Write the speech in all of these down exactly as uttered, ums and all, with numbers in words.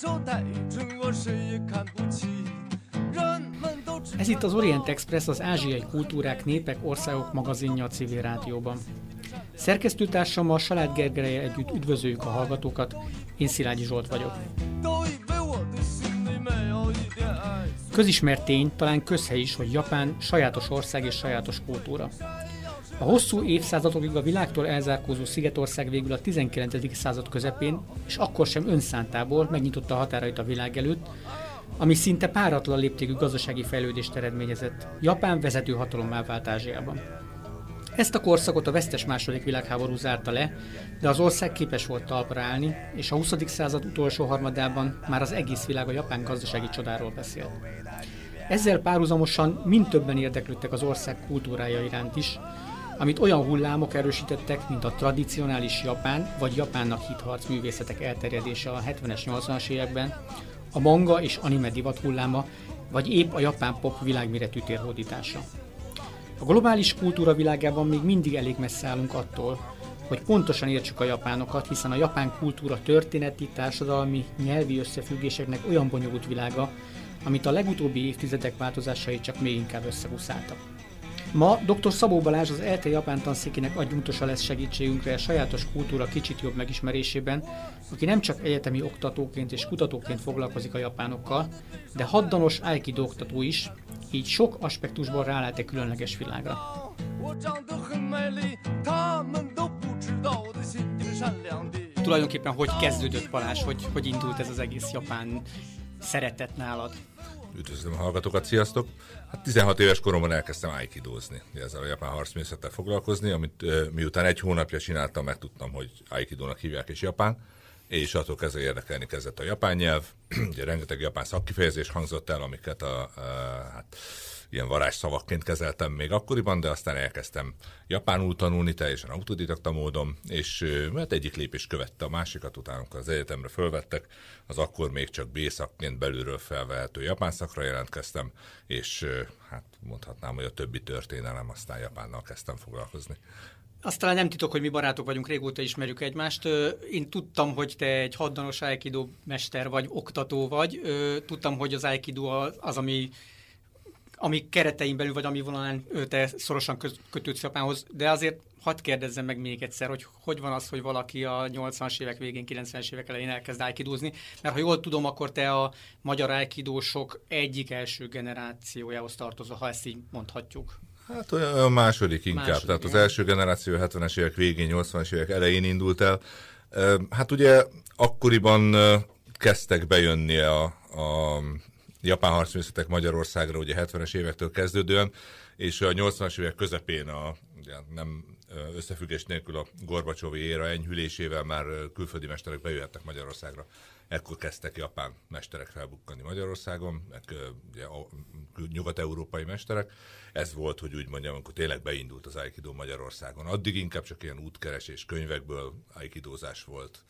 Ez itt az Orient Express, az Ázsiai Kultúrák, Népek, Országok magazinja a Civil Rádióban. Szerkesztőtársammal, Salád Gergellyel együtt üdvözöljük a hallgatókat, én Szilágyi Zsolt vagyok. Közismert tény, talán közhely is, hogy Japán sajátos ország és sajátos kultúra. A hosszú évszázadokig a világtól elzárkózó szigetország végül a tizenkilencedik század közepén, és akkor sem önszántából megnyitotta a határait a világ előtt, ami szinte páratlan léptékű gazdasági fejlődést eredményezett. Japán vezető hatalommá vált Ázsiában. Ezt a korszakot a vesztes második világháború zárta le, de az ország képes volt talpra állni, és a huszadik század utolsó harmadában már az egész világ a japán gazdasági csodáról beszélt. Ezzel párhuzamosan mind többen érdeklődtek az ország kultúrája iránt is, amit olyan hullámok erősítettek, mint a tradicionális japán vagy japánnak hitt harcművészetek elterjedése a hetvenes, nyolcvanas években, a manga és anime divat hulláma, vagy épp a japán pop világméretű térhódítása. A globális kultúra világában még mindig elég messze állunk attól, hogy pontosan értsük a japánokat, hiszen a japán kultúra történeti, társadalmi, nyelvi összefüggéseknek olyan bonyolult világa, amit a legutóbbi évtizedek változásai csak még inkább összebuszáltak. Ma dr. Szabó Balázs, az E L T E Japán tanszékének adjunktusa lesz segítségünkre a sajátos kultúra kicsit jobb megismerésében, aki nem csak egyetemi oktatóként és kutatóként foglalkozik a japánokkal, de haddanos aikido oktató is, így sok aspektusból rálát egy különleges világra. Tulajdonképpen hogy kezdődött, Balázs, hogy, hogy indult ez az egész japán szeretet nálad? Üdvözlöm a hallgatókat, sziasztok! Hát tizenhat éves koromban elkezdtem aikidozni, ezzel a japán harcművészettel foglalkozni, amit miután egy hónapja csináltam, megtudtam, hogy aikidónak hívják és japán, és attól kezdve érdekelni kezdett a japán nyelv. Ugye rengeteg japán szakkifejezés hangzott el, amiket a, a hát, ilyen varázsszavakként kezeltem még akkoriban, de aztán elkezdtem japánul tanulni, teljesen autodidakta módon, és hát egyik lépést követte a másikat, utána, amikor az egyetemre fölvettek, az akkor még csak B-szakként belülről felvehető japán szakra jelentkeztem, és hát mondhatnám, hogy a többi történelem, aztán japánnal kezdtem foglalkozni. Azt talán nem titok, hogy mi barátok vagyunk, régóta ismerjük egymást. Én tudtam, hogy te egy haddanos aikido mester vagy, oktató vagy. Tudtam, hogy az aikido az, ami, ami keretein belül, vagy ami vonalán te szorosan kötődsz Japánhoz. De azért hadd kérdezzem meg még egyszer, hogy hogy van az, hogy valaki a nyolcvanas évek végén, kilencvenes évek elején elkezd aikidozni. Mert ha jól tudom, akkor te a magyar aikidósok egyik első generációjához tartozol, ha ezt így mondhatjuk. Hát olyan második inkább, második, tehát az első generáció hetvenes évek végén, nyolcvanas évek elején indult el. Hát ugye akkoriban kezdtek bejönni a, a japán harcművészetek Magyarországra, ugye hetvenes évektől kezdődően, és a nyolcvanas évek közepén a ugye nem összefüggés nélkül a Gorbacsovi éra enyhülésével már külföldi mesterek bejöhettek Magyarországra. Ekkor kezdtek japán mesterek felbukkani Magyarországon, meg ugye, a nyugat-európai mesterek. Ez volt, hogy úgy mondjam, amikor tényleg beindult az aikido Magyarországon. Addig inkább csak ilyen útkeresés, könyvekből aikidózás volt.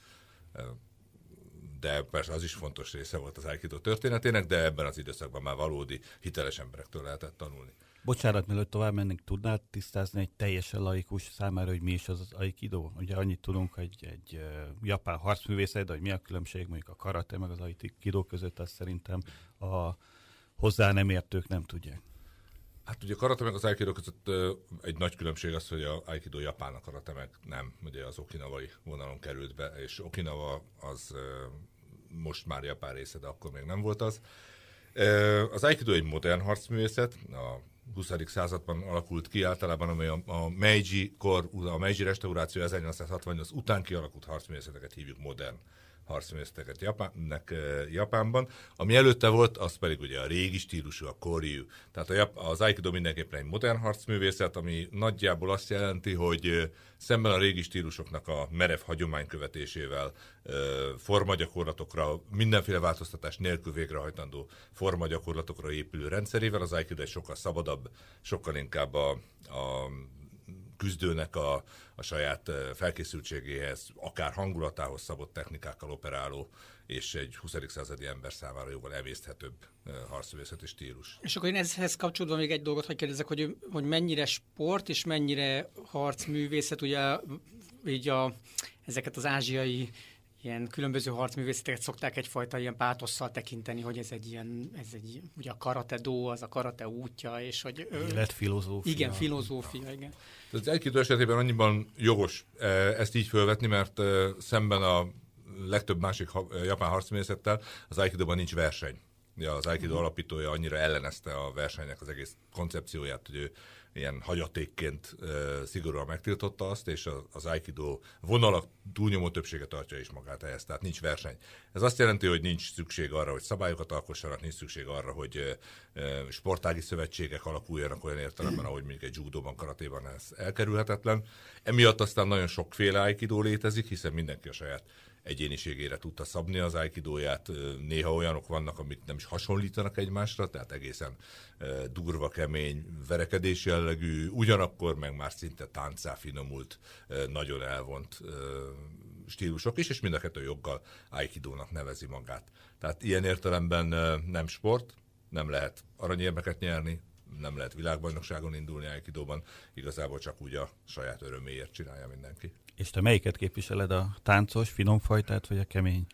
De persze az is fontos része volt az aikido történetének, de ebben az időszakban már valódi, hiteles emberektől lehetett tanulni. Bocsánat, mielőtt tovább mennénk, tudnád tisztázni egy teljesen laikus számára, hogy mi is az az aikido? Ugye annyit tudunk, hogy egy, egy uh, japán harcművészet, de hogy mi a különbség mondjuk a karate meg az aikido között, azt szerintem a hozzá nem értők nem tudják. Hát ugye a karate meg az aikido között uh, egy nagy különbség az, hogy az aikido japán, a karate meg nem. Ugye az okinawai vonalon került be, és Okinawa az uh, most már japán része, de akkor még nem volt az. Uh, az aikido egy modern harcművészet, a huszadik században alakult ki általában, amely a, a Meiji kor, a Meiji restauráció ezernyolcszázhatvannyolc után kialakult harcművészeteket hívjuk modern harcművészeteket Japánnek, Japánban. Ami előtte volt, az pedig ugye a régi stílusú, a Koryu. Tehát a, az aikido mindenképpen egy modern harcművészet, ami nagyjából azt jelenti, hogy szemben a régi stílusoknak a merev hagyománykövetésével, formagyakorlatokra, mindenféle változtatás nélkül végrehajtandó formagyakorlatokra épülő rendszerével, az aikido egy sokkal szabadabb, sokkal inkább a, a küzdőnek a, a saját felkészültségéhez, akár hangulatához szabott technikákkal operáló, és egy huszadik századi ember számára jóval emészthetőbb harcművészeti stílus. És akkor én ezhez kapcsolódva még egy dolgot hadd kérdezzek, hogy, hogy mennyire sport és mennyire harcművészet, ugye így a, ezeket az ázsiai ilyen különböző harcművészeteket szokták egyfajta ilyen pátosszal tekinteni, hogy ez egy ilyen, ez egy, ugye a karate-do, az a karate útja, és hogy... Életfilozófia. Igen, filozófia, igen. Az Aikido esetében annyiban jogos ezt így felvetni, mert szemben a legtöbb másik japán harcművészettel az Aikidoban nincs verseny. Ja, az Aikido alapítója annyira ellenezte a versenynek az egész koncepcióját, hogy ő ilyen hagyatékként uh, szigorúan megtiltotta azt, és az, az Aikido vonalak túlnyomó többsége tartja is magát ehhez, tehát nincs verseny. Ez azt jelenti, hogy nincs szükség arra, hogy szabályokat alkossanak, nincs szükség arra, hogy uh, sportági szövetségek alakuljanak olyan értelemben, ahogy mondjuk egy judóban, karatéban ez elkerülhetetlen. Emiatt aztán nagyon sokféle Aikido létezik, hiszen mindenki a saját egyéniségére tudta szabni az aikidóját. Néha olyanok vannak, amik nem is hasonlítanak egymásra, tehát egészen durva, kemény, verekedés jellegű, ugyanakkor meg már szinte táncá finomult, nagyon elvont stílusok is, és mind a kettő joggal aikidónak nevezi magát. Tehát ilyen értelemben nem sport, nem lehet aranyérmeket nyerni, nem lehet világbajnokságon indulni aikidóban, igazából csak úgy a saját öröméért csinálja mindenki. És te melyiket képviseled, a táncos, finomfajtát, vagy a kemény?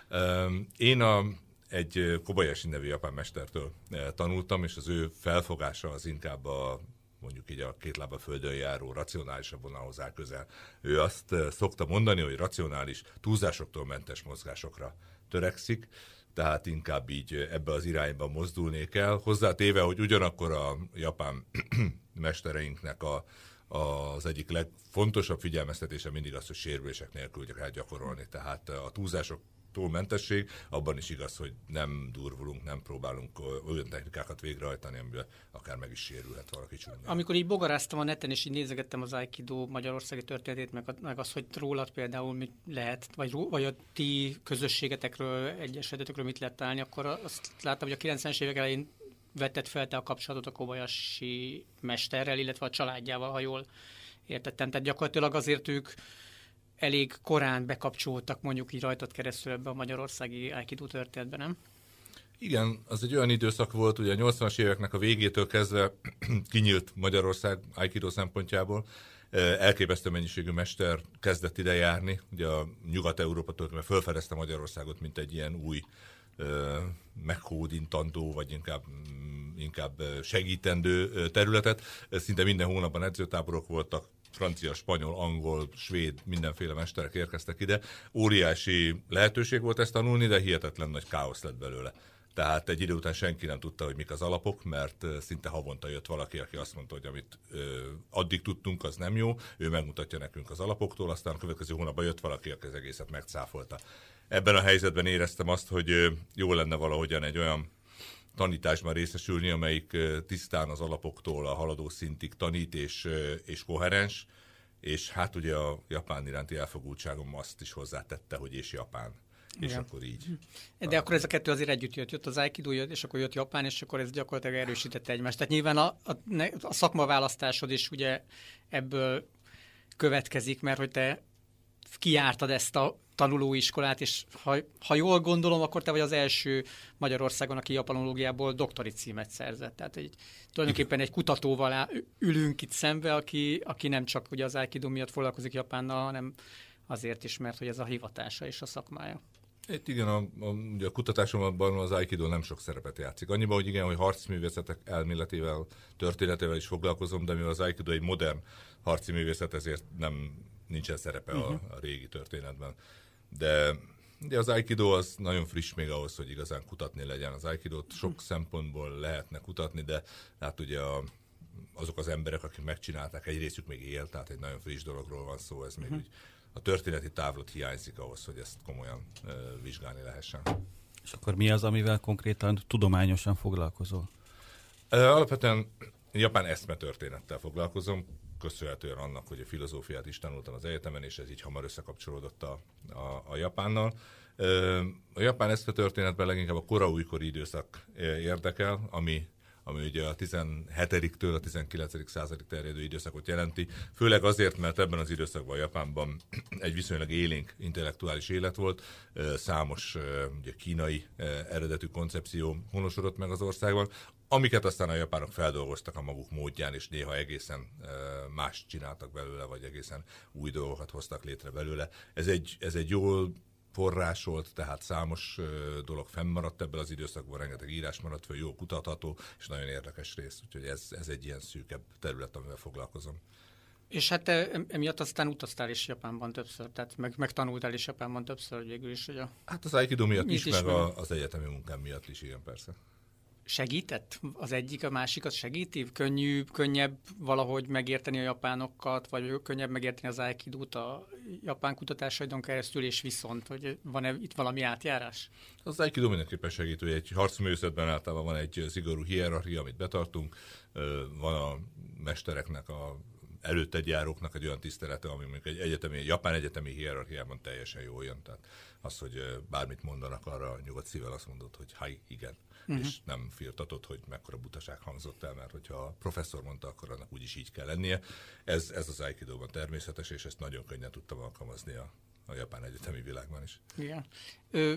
Én a, egy Kobayashi nevű japán mestertől tanultam, és az ő felfogása az inkább a, mondjuk így a két lába földön járó, racionálisabb vonalhoz áll közel. Ő azt szokta mondani, hogy racionális, túlzásoktól mentes mozgásokra törekszik, tehát inkább így ebbe az irányba mozdulni kell. Hozzátéve, hogy ugyanakkor a japán mestereinknek a az egyik legfontosabb figyelmeztetése mindig az, hogy sérülések nélkül kell gyakorolni. Tehát a túlzásoktól mentesség, abban is igaz, hogy nem durvulunk, nem próbálunk olyan technikákat végrehajtani, amiben akár meg is sérülhet valaki csúnyán. Amikor így bogaráztam a neten, és így nézegettem az Aikido magyarországi történetét, meg, meg az, hogy rólad például mit lehet, vagy, vagy a ti közösségetekről, egyesedetekről mit lehet találni, akkor azt láttam, hogy a kilencvenes évek elején vetted fel te a kapcsolatot a Kobayashi mesterrel, illetve a családjával, ha jól értettem. Tehát gyakorlatilag azért ők elég korán bekapcsolódtak mondjuk így rajtad keresztül ebbe a magyarországi Aikido történetbe, nem? Igen, az egy olyan időszak volt, ugye a nyolcvanas éveknek a végétől kezdve kinyílt Magyarország Aikido szempontjából. Elképesztő mennyiségű mester kezdett ide járni, ugye a Nyugat-Európa tulajdonképpen felfedezte Magyarországot, mint egy ilyen új meghódintandó, vagy inkább, inkább segítendő területet. Szinte minden hónapban edzőtáborok voltak, francia, spanyol, angol, svéd, mindenféle mesterek érkeztek ide. Óriási lehetőség volt ezt tanulni, de hihetetlen nagy káosz lett belőle. Tehát egy idő után senki nem tudta, hogy mik az alapok, mert szinte havonta jött valaki, aki azt mondta, hogy amit ö, addig tudtunk, az nem jó, ő megmutatja nekünk az alapoktól, aztán a következő hónapban jött valaki, aki az egészet megcáfolta. Ebben a helyzetben éreztem azt, hogy jó lenne valahogyan egy olyan tanításban részesülni, amelyik tisztán az alapoktól a haladó szintig tanít és, és koherens, és hát ugye a japán iránti elfogultságom azt is hozzátette, hogy és japán. És igen. Akkor így. De akkor ez a kettő azért együtt jött. Jött az Aikido, jött, és akkor jött Japán, és akkor ez gyakorlatilag erősítette egymást. Tehát nyilván a, a, a szakmaválasztásod is ugye ebből következik, mert hogy te kijártad ezt a tanulóiskolát, és ha, ha jól gondolom, akkor te vagy az első Magyarországon, aki japanológiából doktori címet szerzett. Tehát egy, tulajdonképpen egy kutatóval ülünk itt szembe, aki, aki nem csak ugye az Aikido miatt foglalkozik Japánnal, hanem azért is, mert hogy ez a hivatása és a szakmája. Itt igen, a, a, ugye a kutatásomban az Aikido nem sok szerepet játszik. Annyiban, hogy igen, hogy harcművészetek elméletével, történetével is foglalkozom, de mivel az Aikido egy modern harci művészet, ezért nem nincsen szerepe uh-huh. a, a régi történetben. De, de az Aikido az nagyon friss még ahhoz, hogy igazán kutatni legyen. Az Aikidót sok uh-huh. szempontból lehetne kutatni, de hát ugye a, azok az emberek, akik megcsinálták, egy részük még él, tehát egy nagyon friss dologról van szó, ez uh-huh. még úgy a történeti távlat hiányzik ahhoz, hogy ezt komolyan uh, vizsgálni lehessen. És akkor mi az, amivel konkrétan tudományosan foglalkozol? Uh, alapvetően japán eszmetörténettel foglalkozom, köszönhetően annak, hogy a filozófiát is tanultam az egyetemen, és ez így hamar összekapcsolódott a, a, a Japánnal. Uh, a japán eszmetörténetben leginkább a koraújkori időszak érdekel, ami ami ugye a tizenhetediktől a tizenkilencedik századig terjedő időszakot jelenti. Főleg azért, mert ebben az időszakban a Japánban egy viszonylag élénk intellektuális élet volt, számos ugye, kínai eredetű koncepció honosodott meg az országban, amiket aztán a japánok feldolgoztak a maguk módján, és néha egészen mást csináltak belőle, vagy egészen új dolgokat hoztak létre belőle. Ez egy, ez egy jól forrásolt, tehát számos dolog fennmaradt ebből az időszakban, rengeteg írás maradt föl, jó kutatható, és nagyon érdekes rész, úgyhogy ez, ez egy ilyen szűkebb terület, amivel foglalkozom. És hát te emiatt aztán utaztál is Japánban többször, tehát meg, megtanultál is Japánban többször végül is, hogy a... Hát az Aikido miatt is, is, meg meg a, az egyetemi munkám miatt is, igen, persze. Segített? Az egyik, a másikat segíti? Könnyű, könnyebb valahogy megérteni a japánokat, vagy könnyebb megérteni az Aikidót a japán kutatásaidon keresztül, és viszont, hogy van-e itt valami átjárás? Az Aikido mindenképpen segít, hogy egy harcművészetben általában van egy szigorú hierarchia, amit betartunk, van a mestereknek, a előtted járóknak egy olyan tisztelete, ami mondjuk egy egyetemi, japán egyetemi hierarchiában teljesen jól jön. Tehát az, hogy bármit mondanak, arra nyugodt szívvel azt mondod, hogy hai, igen. Uh-huh. És nem firtatod, hogy mekkora butaság hangzott el, mert hogyha a professzor mondta, akkor annak úgyis így kell lennie. Ez, ez az Aikidóban természetes, és ezt nagyon könnyen tudtam alkalmazni a, a japán egyetemi világban is. Igen. Ö,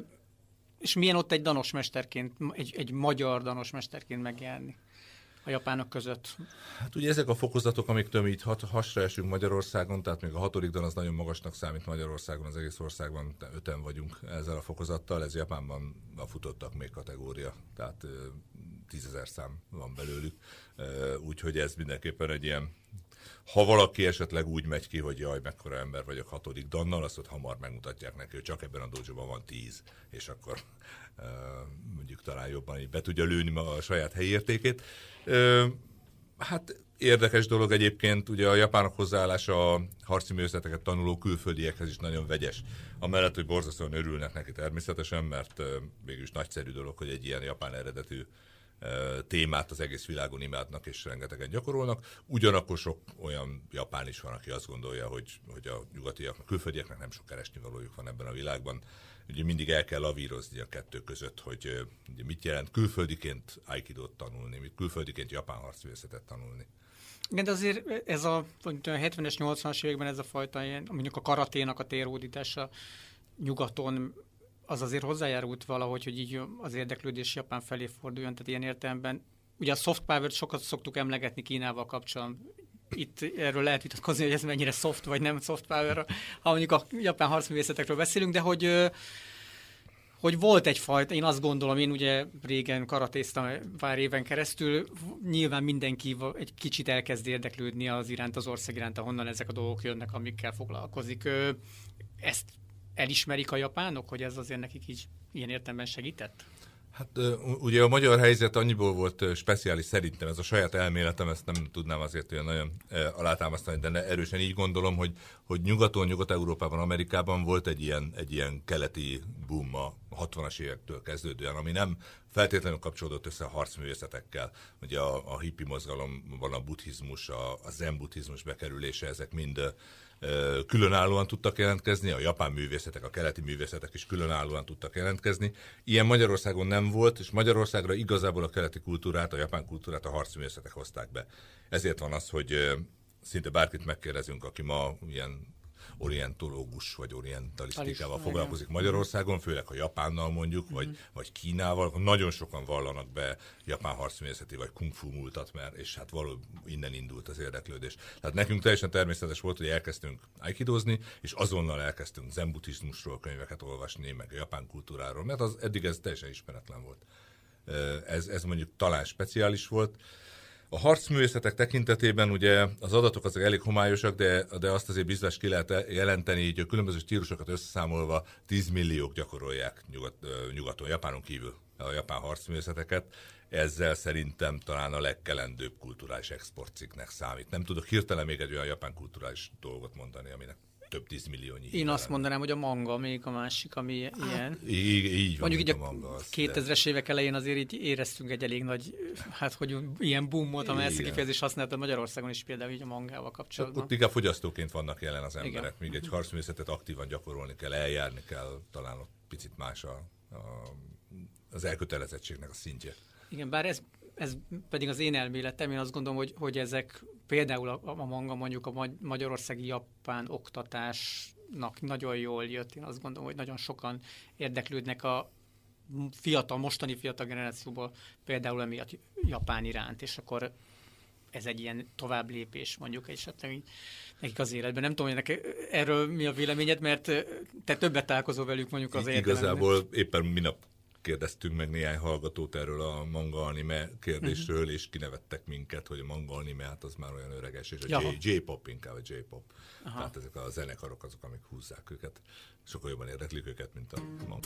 és milyen ott egy danosmesterként, egy, egy magyar danosmesterként megjelenni a japánok között? Hát ugye ezek a fokozatok, amiktől mi így hat, hasra esünk Magyarországon, tehát még a hatodik dan az nagyon magasnak számít Magyarországon, az egész országban öten vagyunk ezzel a fokozattal, ez Japánban a futottak még kategória, tehát tízezer szám van belőlük, úgyhogy ez mindenképpen egy ilyen, ha valaki esetleg úgy megy ki, hogy jaj, mekkora ember vagyok hatodik dannal, azt ott hamar megmutatják neki, hogy csak ebben a dojóban van tíz, és akkor uh, mondjuk talán jobban így be tudja lőni a saját helyértékét. Uh, hát érdekes dolog egyébként, ugye a japánok hozzáállása a harci művészeteket tanuló külföldiekhez is nagyon vegyes. Amellett, hogy borzasztóan örülnek neki természetesen, mert uh, mégis nagyszerű dolog, hogy egy ilyen japán eredetű témát az egész világon imádnak és rengetegen gyakorolnak. Ugyanakkor sok olyan japán is van, aki azt gondolja, hogy, hogy a nyugatiaknak, külföldieknek nem sok keresnivalójuk van ebben a világban. Ugye mindig el kell lavírozni a kettő között, hogy ugye mit jelent külföldiként aikidót tanulni, mit külföldiként japán harcművészetet tanulni. Igen, de azért ez a, a hetvenes, nyolcvanas években ez a fajta ilyen, mondjuk a karaténak a téródítása nyugaton, az azért hozzájárult valahogy, hogy így az érdeklődés Japán felé forduljon, tehát ilyen értelemben. Ugye a soft power-t sokat szoktuk emlegetni Kínával kapcsolatban. Itt erről lehet vitatkozni, hogy ez mennyire soft vagy nem soft power, ha mondjuk a japán harcművészetekről beszélünk, de hogy, hogy volt egyfajta, én azt gondolom, én ugye régen karatéztam pár éven keresztül, nyilván mindenki egy kicsit elkezd érdeklődni az iránt, az ország iránt, ahonnan ezek a dolgok jönnek, amikkel foglalkozik. Ezt elismerik a japánok, hogy ez azért nekik így ilyen értelemben segített? Hát ugye a magyar helyzet annyiból volt speciális szerintem, ez a saját elméletem, ezt nem tudnám azért olyan nagyon alátámasztani, de erősen így gondolom, hogy, hogy nyugaton, Nyugat-Európában, Amerikában volt egy ilyen, egy ilyen keleti boom a hatvanas évektől kezdődően, ami nem feltétlenül kapcsolódott össze a harcművészetekkel. Ugye a, a hippi mozgalomban a buddhizmus, a, a zen buddhizmus bekerülése, ezek mind különállóan tudtak jelentkezni, a japán művészetek, a keleti művészetek is különállóan tudtak jelentkezni. Ilyen Magyarországon nem volt, és Magyarországra igazából a keleti kultúrát, a japán kultúrát a harcművészetek hozták be. Ezért van az, hogy szinte bárkit megkérdezünk, aki ma ilyen orientológus vagy orientalisztikával foglalkozik Magyarországon, főleg a Japánnal mondjuk, mm-hmm. vagy, vagy Kínával, nagyon sokan vallanak be japán harcművészeti vagy kung fu múltat, mert és hát valóban innen indult az érdeklődés. Tehát nekünk teljesen természetes volt, hogy elkezdtünk aikidozni, és azonnal elkezdtünk zen buddhizmusról könyveket olvasni, meg a japán kultúráról, mert az, eddig ez teljesen ismeretlen volt. Ez, ez mondjuk talán speciális volt. A harcművészetek tekintetében ugye az adatok azok elég homályosak, de, de azt azért biztos ki lehet jelenteni, hogy a különböző stílusokat összeszámolva tíz milliók gyakorolják nyugat, nyugaton, Japánon kívül a japán harcművészeteket. Ezzel szerintem talán a legkelendőbb kulturális exportcikknek számít. Nem tudok hirtelen még egy olyan japán kulturális dolgot mondani, aminek több tízmilliónyi. Én azt mondanám, hogy a manga még a másik, ami ilyen. Így, így van, mondjuk így a, a manga. Az, kétezres de... évek elején azért így éreztünk egy elég nagy, hát hogy ilyen boomot, amely ezt a kifejezést használta Magyarországon is például így a mangával kapcsolatban. Ott inkább fogyasztóként vannak jelen az emberek, míg egy harcművészetet aktívan gyakorolni kell, eljárni kell, talán ott picit más a, a, az elkötelezettségnek a szintje. Igen, bár ez, ez pedig az én elméletem, én azt gondolom, hogy, hogy ezek például a, a manga mondjuk a magyarországi japán oktatásnak nagyon jól jött. Én azt gondolom, hogy nagyon sokan érdeklődnek a fiatal, mostani fiatal generációból például emiatt Japán iránt, és akkor ez egy ilyen tovább lépés mondjuk esetleg nekik az életben. Nem tudom, hogy nekik erről mi a véleményed, mert te többet találkozol velük mondjuk az értelemben. Igazából éppen minap kérdeztünk meg néhány hallgatót erről a manga anime kérdésről, uh-huh. és kinevettek minket, hogy a manga anime, hát az már olyan öreges, és a Jaha. J-pop inkább, a J-pop. Aha. Tehát ezek a zenekarok azok, amik húzzák őket. Sokkal jobban érdeklik őket, mint a manga.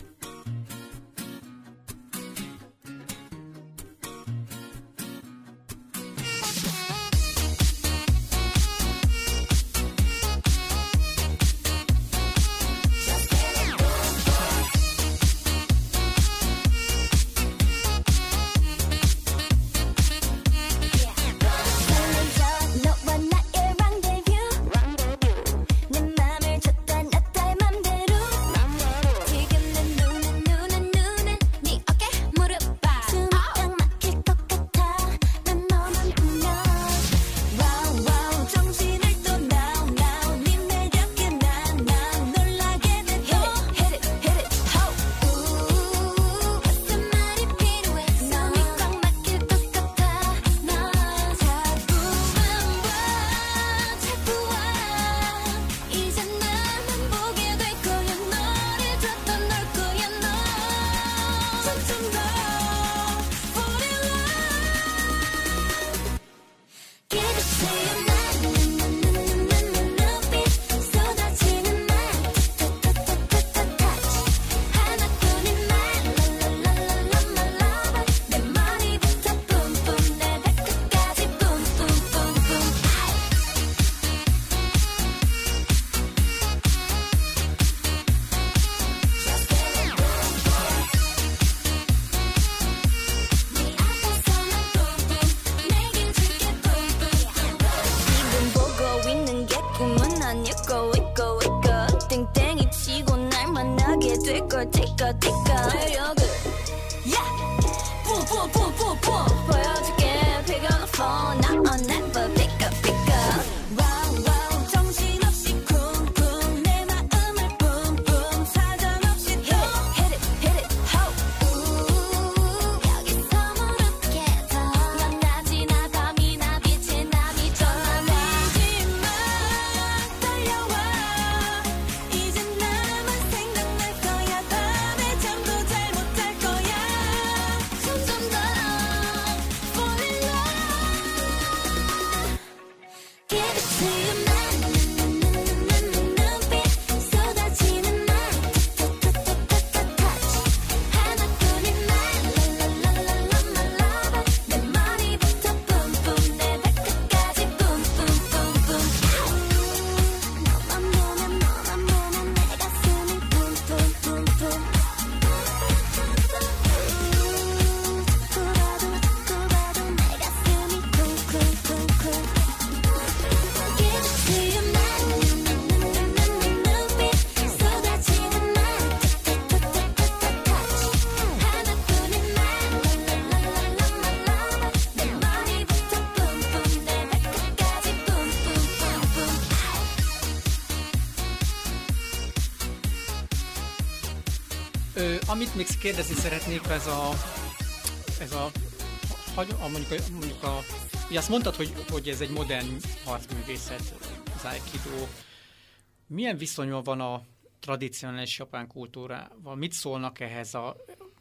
Amit még kérdezni szeretnék, ez a, ez a, a mondjuk a, mondjuk a ugye azt mondtad, hogy, hogy ez egy modern harcművészet, az Aikido. Milyen viszonyban van a tradicionális japán kultúrával? Mit szólnak ehhez a,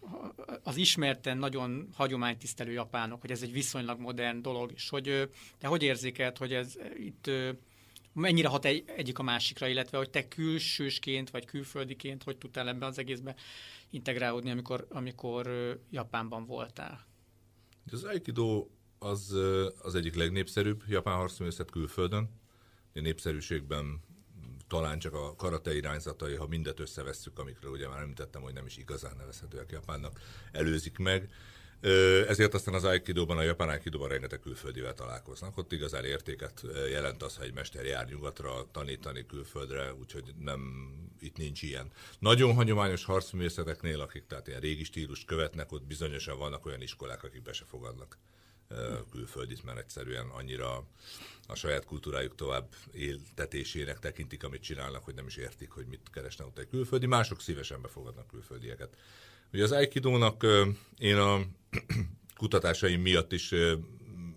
az ismerten nagyon hagyománytisztelő japánok, hogy ez egy viszonylag modern dolog, és hogy te hogy érzékelt, hogy ez itt mennyire hat egy, egyik a másikra, illetve hogy te külsősként vagy külföldiként hogy tudtál ebben az egészben integrálódni, amikor, amikor Japánban voltál? Az Aikido az, az egyik legnépszerűbb japán harcművészet külföldön. A népszerűségben talán csak a karate irányzatai, ha mindet összevesszük, amikről ugye már említettem, hogy nem is igazán nevezhetőek Japánnak, előzik meg. Ezért aztán az Aikidóban, a japán Aikidóban rengeteg külföldivel találkoznak. Ott igazán értéket jelent az, ha egy mester jár nyugatra tanítani külföldre, úgyhogy nem, itt nincs ilyen. Nagyon hagyományos harcművészeteknél, akik tehát ilyen régi stílust követnek, ott bizonyosan vannak olyan iskolák, akik be se fogadnak külföldit, mert egyszerűen annyira a saját kultúrájuk tovább éltetésének tekintik, amit csinálnak, hogy nem is értik, hogy mit keresnek ott egy külföldi. Mások szívesen befogadnak külföldieket. Ugye az Aikidónak én a kutatásaim miatt is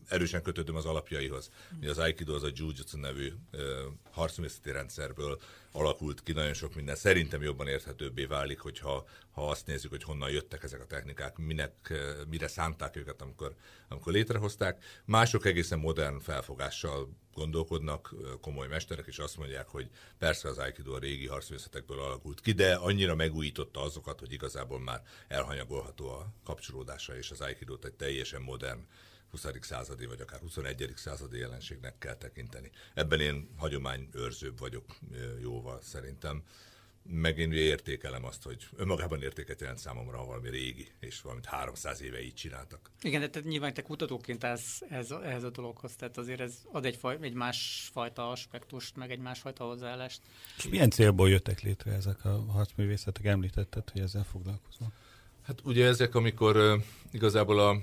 erősen kötődöm az alapjaihoz. Ugye az Aikido az a Jiu-Jitsu nevű harcművészeti rendszerből alakult ki, nagyon sok minden. Szerintem jobban érthetőbbé válik, hogyha ha azt nézzük, hogy honnan jöttek ezek a technikák, minek, mire szánták őket, amikor, amikor létrehozták. Mások egészen modern felfogással gondolkodnak, komoly mesterek, és azt mondják, hogy persze az Aikido a régi harcművészetekből alakult ki, de annyira megújította azokat, hogy igazából már elhanyagolható a kapcsolódása, és az Aikidót egy teljesen modern huszadik századi, vagy akár huszonegyedik századi jelenségnek kell tekinteni. Ebben én hagyományőrzőbb vagyok jóval szerintem. Meg én értékelem azt, hogy önmagában értéket jelent számomra, ha valami régi, és valamit háromszáz éve így csináltak. Igen, de te, nyilván te kutatóként állsz ez, ez a dologhoz, tehát azért ez ad egy, faj, egy másfajta aspektust, meg egy másfajta hozzáállást. És milyen célból jöttek létre ezek a harcművészetek? Említetted, hogy ezzel foglalkoznak. Hát ugye ezek, amikor uh, igazából a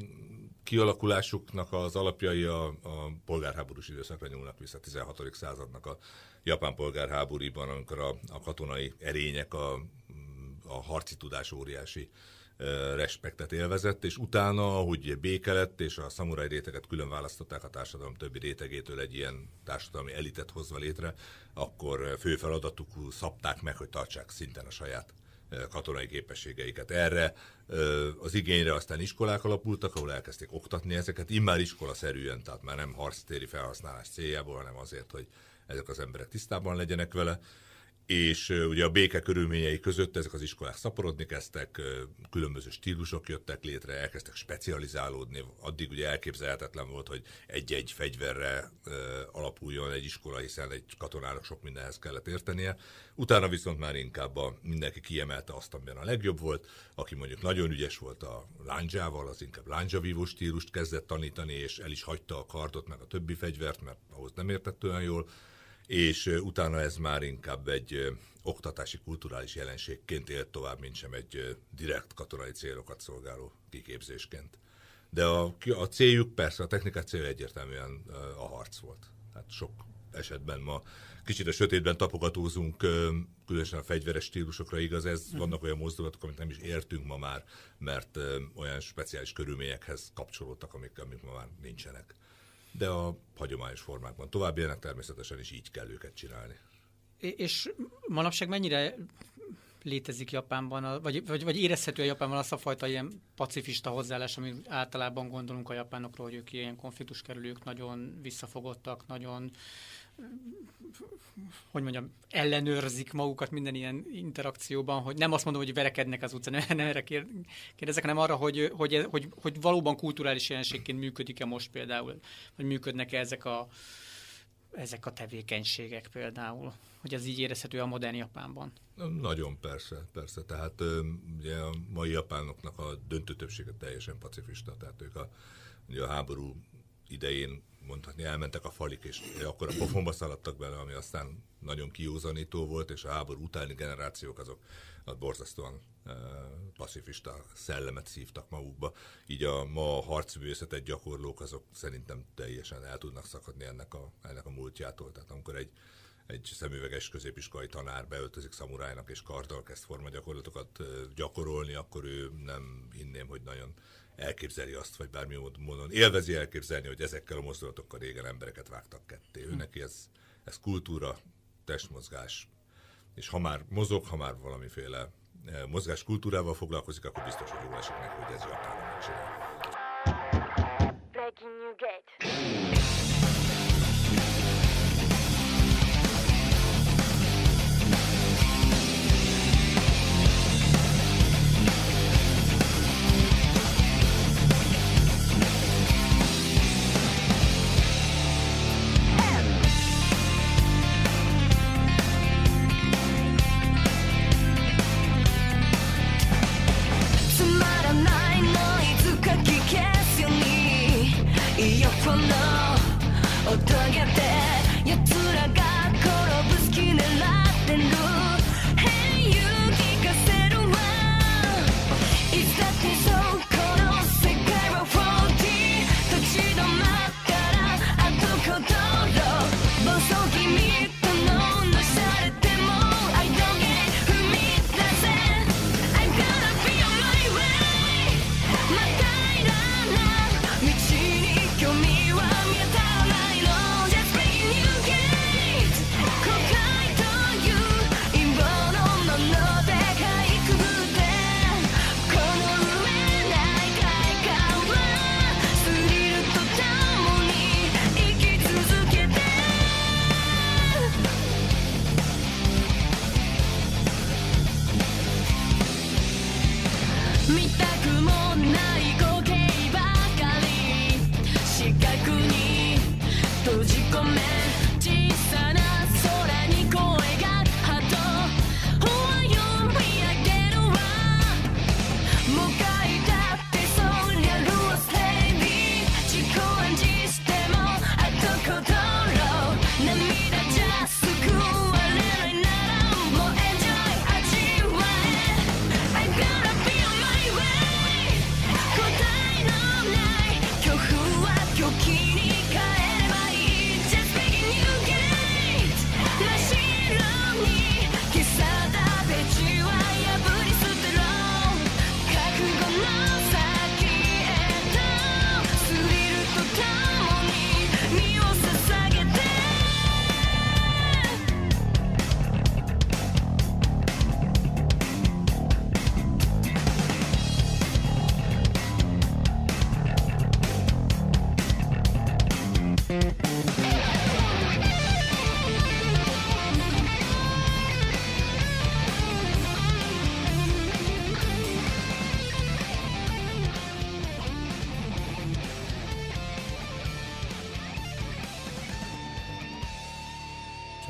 kialakulásuknak az alapjai a, a polgárháborús időszakra nyúlnak vissza, a tizenhatodik századnak a japán polgárháborúban, amikor a, a katonai erények, a, a harci tudás óriási e, respektet élvezett, és utána, ahogy béke lett, és a szamuráj réteget külön választották a társadalom többi rétegétől egy ilyen társadalmi elitet hozva létre, akkor fő feladatuk szabták meg, hogy tartsák szinten a saját katonai képességeiket. Erre az igényre aztán iskolák alapultak, ahol elkezdték oktatni ezeket, immár iskolaszerűen, tehát már nem harctéri felhasználás céljából, hanem azért, hogy ezek az emberek tisztában legyenek vele. És ugye a béke körülményei között ezek az iskolák szaporodni kezdtek, különböző stílusok jöttek létre, elkezdtek specializálódni. Addig ugye elképzelhetetlen volt, hogy egy-egy fegyverre alapuljon egy iskola, hiszen egy katonának sok mindenhez kellett értenie. Utána viszont már inkább a, mindenki kiemelte azt, amiben a legjobb volt. Aki mondjuk nagyon ügyes volt a lándzsával, az inkább lándzsavívó stílust kezdett tanítani, és el is hagyta a kardot, meg a többi fegyvert, mert ahhoz nem értett olyan jól. És utána ez már inkább egy ö, oktatási, kulturális jelenségként élt tovább, mint sem egy ö, direkt katonai célokat szolgáló kiképzésként. De a, a céljuk, persze a technikák célja egyértelműen ö, a harc volt. Hát sok esetben ma kicsit a sötétben tapogatózunk, ö, különösen a fegyveres stílusokra igaz ez, vannak olyan mozdulatok, amit nem is értünk ma már, mert ö, olyan speciális körülményekhez kapcsolódtak, amik, amik ma már nincsenek. De a hagyományos formákban tovább élnek, természetesen is így kell őket csinálni. És manapság mennyire létezik Japánban, vagy, vagy, vagy érezhető a Japánban az a fajta ilyen pacifista hozzáállás, amit általában gondolunk a japánokról, hogy ők ilyen konfliktuskerülők, nagyon visszafogottak, nagyon, hogy mondjam, ellenőrzik magukat minden ilyen interakcióban, hogy nem azt mondom, hogy verekednek az utcán, nem erre kérdezek, hanem arra, hogy, hogy, hogy, hogy valóban kulturális jelenségként működik-e most például, vagy működnek-e ezek a, ezek a tevékenységek például, hogy ez így érezhető a modern Japánban. Nagyon persze, persze. Tehát ugye a mai japánoknak a döntő többsége teljesen pacifista, tehát ők a, ugye a háború idején mondhatni, elmentek a falik, és akkor a pofonba szaladtak bele, ami aztán nagyon kiúzanító volt, és a háború utáni generációk azok a borzasztóan e, pacifista szellemet szívtak magukba. Így a ma a harcművészetet gyakorlók azok szerintem teljesen el tudnak szakadni ennek a, ennek a múltjától. Tehát amikor egy, egy szemüveges középiskolai tanár beöltözik szamurájnak és karddal kezd formagyakorlatokat e, gyakorolni, akkor ő nem hinném, hogy nagyon elképzeli azt, vagy bármi módon élvezi elképzelni, hogy ezekkel a mozdulatokkal régen embereket vágtak ketté. Ő neki ez, ez kultúra, testmozgás, és ha már mozog, ha már valamiféle mozgás kultúrával foglalkozik, akkor biztos, hogy jól esik neki, hogy ez Japánban megcsinál.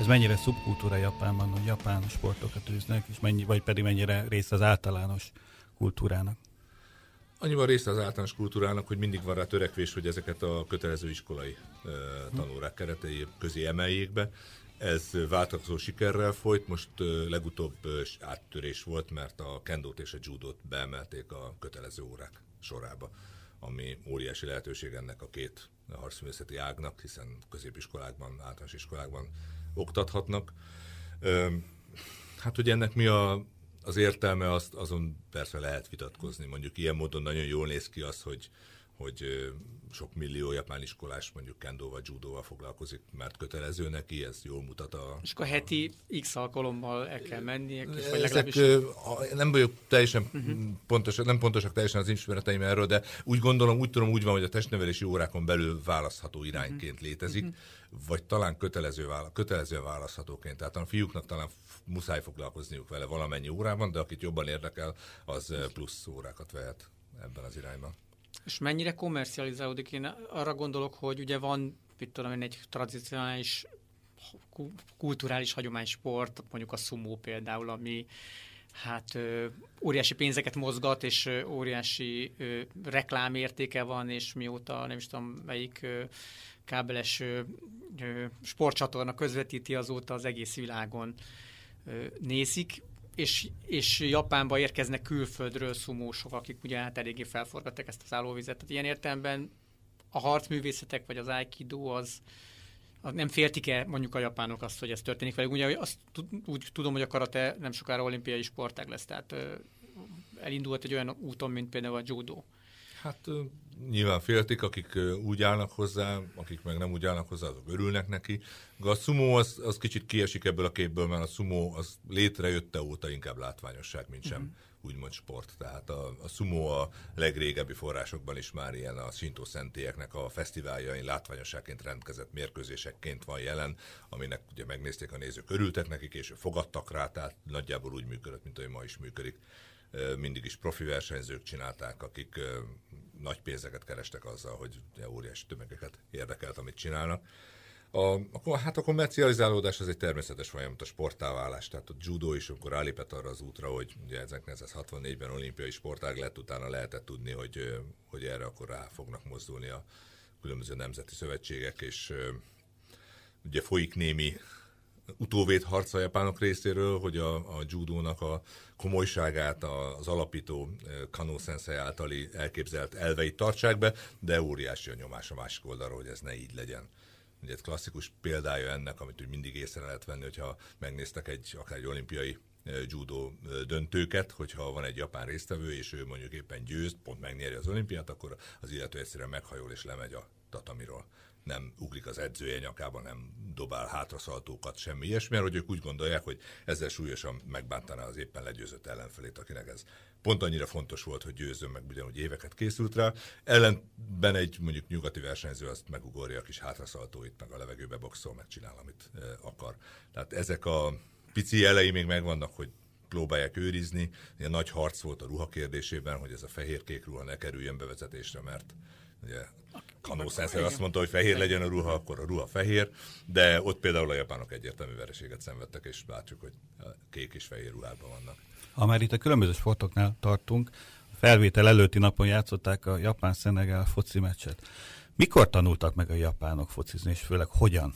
Ez mennyire szubkultúra Japánban, hogy japán sportokat űznek, és mennyi, vagy pedig mennyire része az általános kultúrának? Annyiban része az általános kultúrának, hogy mindig van rá törekvés, hogy ezeket a kötelező iskolai uh, tanórák keretei közé emeljék be. Ez változó sikerrel folyt, most uh, legutóbb uh, áttörés volt, mert a kendót és a judót beemelték a kötelező órák sorába, ami óriási lehetőség ennek a két harcművészeti ágnak, hiszen középiskolákban, általános iskolákban oktathatnak. Uh, hát, hogy ennek mi a Az értelme, azt, azon persze lehet vitatkozni. Mondjuk ilyen módon nagyon jól néz ki az, hogy, hogy sok millió japán iskolás mondjuk kendóval, judóval foglalkozik, mert kötelező neki, ez jól mutat a... És akkor heti x alkalommal el kell menniek, és vagy legalábbis... legalábbis... Nem vagyok teljesen uh-huh. pontos, nem pontosak teljesen az ismereteim erről, de úgy gondolom, úgy tudom, úgy van, hogy a testnevelési órákon belül választható irányként uh-huh. létezik, uh-huh. vagy talán kötelező, kötelezően választhatóként. Tehát a fiúknak talán muszáj foglalkozniuk vele valamennyi órában, de akit jobban érdekel, az plusz órákat vehet ebben az irányban. És mennyire kommercializálódik? Én arra gondolok, hogy ugye van, mit tudom én, egy tradicionális kulturális hagyománysport, mondjuk a sumo például, ami hát ö, óriási pénzeket mozgat, és ö, óriási ö, reklámértéke van, és mióta nem is tudom melyik ö, kábeles ö, ö, sportcsatorna közvetíti, azóta az egész világon ö, nézik, és, és Japánba érkeznek külföldről szumósok, akik ugye hát eléggé felforgatták ezt az állóvizet. Tehát ilyen értelemben a harcművészetek, vagy az aikido az, az nem féltik-e mondjuk a japánok azt, hogy ez történik velük. Ugye azt úgy tudom, hogy a karate nem sokára olimpiai sportág lesz, tehát ö, elindult egy olyan úton, mint például a judo. Hát nyilván féltik, akik úgy állnak hozzá, akik meg nem úgy állnak hozzá, azok örülnek neki. A sumo az, az kicsit kiesik ebből a képből, mert a sumo az létrejötte óta inkább látványosság, mint sem uh-huh. úgymond sport. Tehát a, a sumo a legrégebbi forrásokban is már ilyen a shintó szentélyeknek a fesztiváljain látványosságként rendkezett mérkőzésekként van jelen, aminek ugye megnézték a nézők, örültek nekik, és fogadtak rá, tehát nagyjából úgy működött, mint ahogy ma is működik. Mindig is profi versenyzők csinálták, akik nagy pénzeket kerestek azzal, hogy óriási tömegeket érdekelt, amit csinálnak. A, hát a kommercializálódás az egy természetes folyamat, a sporttáválás, tehát a judo is, amikor rálépett arra az útra, hogy ugye ezerkilencszázhatvannégyben olimpiai sportág lett, utána lehetett tudni, hogy, hogy erre akkor rá fognak mozdulni a különböző nemzeti szövetségek, és ugye folyik némi utóvét harc a japánok részéről, hogy a, a judónak a komolyságát az alapító Kanō sensei általi elképzelt elveit tartsák be, de óriási a nyomás a másik oldalról, hogy ez ne így legyen. Ugye egy klasszikus példája ennek, amit úgy mindig észre lehet venni, hogyha megnéztek egy, akár egy olimpiai judo döntőket, hogyha van egy japán résztvevő, és ő mondjuk éppen győz, pont megnyeri az olimpiát, akkor az illető egyszerűen meghajol és lemegy a tatamiról. Nem ugrik az edzője nyakába, nem dobál hátraszaltókat, semmi ilyesmi, mert hogy ők úgy gondolják, hogy ezzel súlyosan megbántaná az éppen legyőzött ellenfelét, akinek ez pont annyira fontos volt, hogy győzzön, meg ugyanúgy éveket készült rá. Ellenben egy mondjuk nyugati versenyző azt megugorja a kis hátraszaltóit, meg a levegőbe boxol, megcsinál, amit e, akar. Tehát ezek a pici elei még megvannak, hogy próbálják őrizni. Ilyen nagy harc volt a ruha kérdésében, hogy ez a fehér-kék ruha ne kerüljön bevezetésre, mert ugye Kanō sensei azt mondta, hogy fehér legyen a ruha, akkor a ruha fehér, de ott például a japánok egyértelmű vereséget szenvedtek, és látjuk, hogy kék és fehér ruhában vannak. Ha már itt a különböző sportoknál tartunk, a felvétel előtti napon játszották a Japán-Szenegál foci meccset. Mikor tanultak meg a japánok focizni, és főleg hogyan?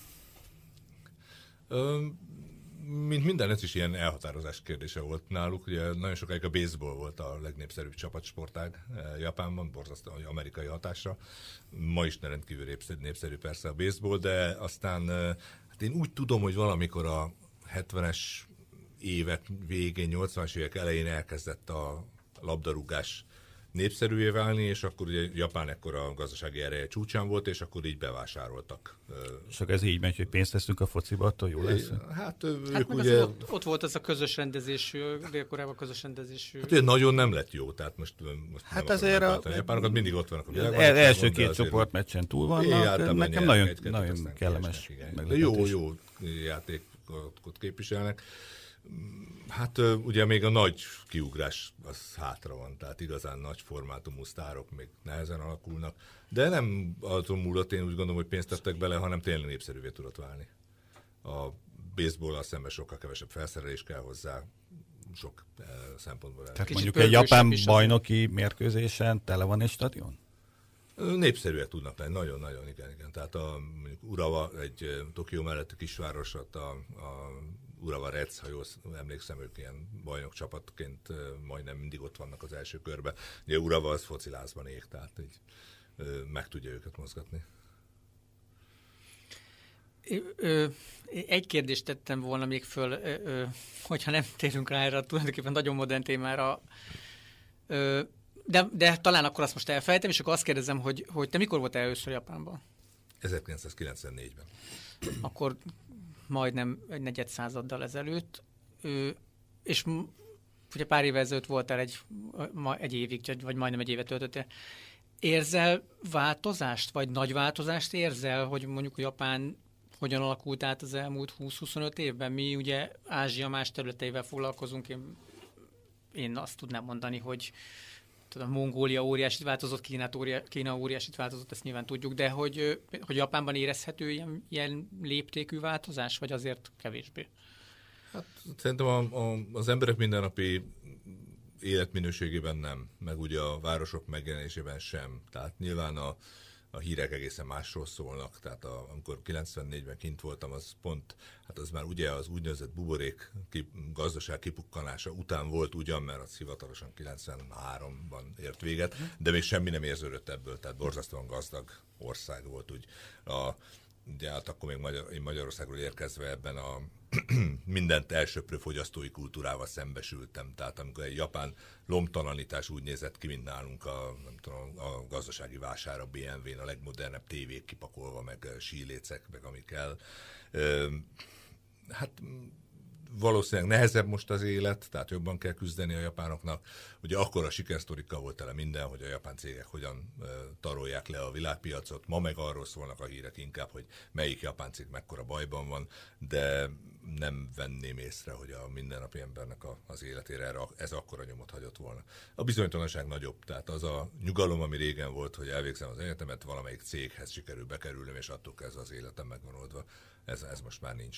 Ö, mint minden, ez is ilyen elhatározás kérdése volt náluk. Ugye nagyon sokáig a baseball volt a legnépszerűbb csapatsportág Japánban, borzasztó amerikai hatásra. Ma is rendkívül népszerű persze a baseball, de aztán hát én úgy tudom, hogy valamikor a hetvenes évek végén, nyolcvanas évek elején elkezdett a labdarúgás népszerűvé válni, és akkor ugye Japán ekkor a gazdasági ereje csúcsán volt, és akkor így bevásároltak. És akkor ez így megy, hogy pénzt teszünk a fociba, attól jó lesz? Hát, hát ugye... ott, ott volt ez a közös rendezésű, délkorában közös rendezésű. Hát ugye nagyon nem lett jó, tehát most, most hát azért a... a japánokat mindig ott vannak a világban. Az első két csoportmeccsen túl vannak, de nekem nagyon, nagyon kellemes. De jó, jó játékot képviselnek. Hát ugye még a nagy kiugrás az hátra van, tehát igazán nagy formátumú sztárok még nehezen alakulnak, de nem azon múlott, én úgy gondolom, hogy pénzt tettek bele, hanem tényleg népszerűvé tudott válni. A baseball-al szemben sokkal kevesebb felszerelés kell hozzá, sok uh, szempontból. Tehát mondjuk egy japán bajnoki mérkőzésen tele van egy stadion? Népszerűek tudnak lenni, nagyon-nagyon, igen, igen. Tehát a, mondjuk Urawa, egy Tokió melletti kisváros, ott a, a Urawa Reds, ha jól emlékszem, ők ilyen bajnok csapatként majdnem mindig ott vannak az első körben. Ugye Urawa az focilázban ég, tehát így meg tudja őket mozgatni. Egy kérdést tettem volna még föl, hogyha nem térünk rá erre tulajdonképpen nagyon modern témára, de, de talán akkor azt most elfelejtem, és akkor azt kérdezem, hogy, hogy te mikor voltál először Japánban? ezerkilencszázkilencvennégyben. Akkor majdnem egy negyed századdal ezelőtt, és ugye pár évvel ezelőtt voltál egy, egy évig, vagy majdnem egy évet töltöttél. Érzel változást, vagy nagy változást érzel, hogy mondjuk Japán hogyan alakult át az elmúlt húsz-huszonöt évben? Mi ugye Ázsia más területeivel foglalkozunk, én, én azt tudnám mondani, hogy tudom, Mongólia óriásit változott, Kína, óriá, Kína óriásit változott, ezt nyilván tudjuk, de hogy, hogy Japánban érezhető ilyen, ilyen léptékű változás, vagy azért kevésbé? Hát szerintem a, a, az emberek mindennapi életminőségében nem, meg ugye a városok megjelenésében sem. Tehát nyilván a, a hírek egészen másról szólnak. Tehát a, amikor kilencvennégyben kint voltam, az pont, hát az már ugye az úgynevezett buborék kip, gazdaság kipukkanása után volt ugyan, mert az hivatalosan kilencvenháromban ért véget, de még semmi nem érződött ebből, tehát borzasztóan gazdag ország volt úgy. A, ugye hát akkor még Magyar, én Magyarországról érkezve ebben a mindent elsöprő fogyasztói kultúrával szembesültem. Tehát amikor egy japán lomtalanítás úgy nézett ki, mint nálunk a, nem tudom, a gazdasági vásár a bé em vén, a legmodernebb tévék kipakolva, meg sílécek, meg ami kell. Hát valószínűleg nehezebb most az élet, tehát jobban kell küzdeni a japánoknak. Ugye akkor a sikersztorikkal volt tele minden, hogy a japán cégek hogyan uh, tarolják le a világpiacot. Ma meg arról szólnak a hírek inkább, hogy melyik japán cég mekkora bajban van, de nem venném észre, hogy a mindennapi embernek a, az életére erre, ez akkora nyomot hagyott volna. A bizonytalanság nagyobb, tehát az a nyugalom, ami régen volt, hogy elvégzem az egyetemet, valamelyik céghez sikerül bekerülnöm, és attól kezdve az életem megvan oldva. Ez, ez most már nincs.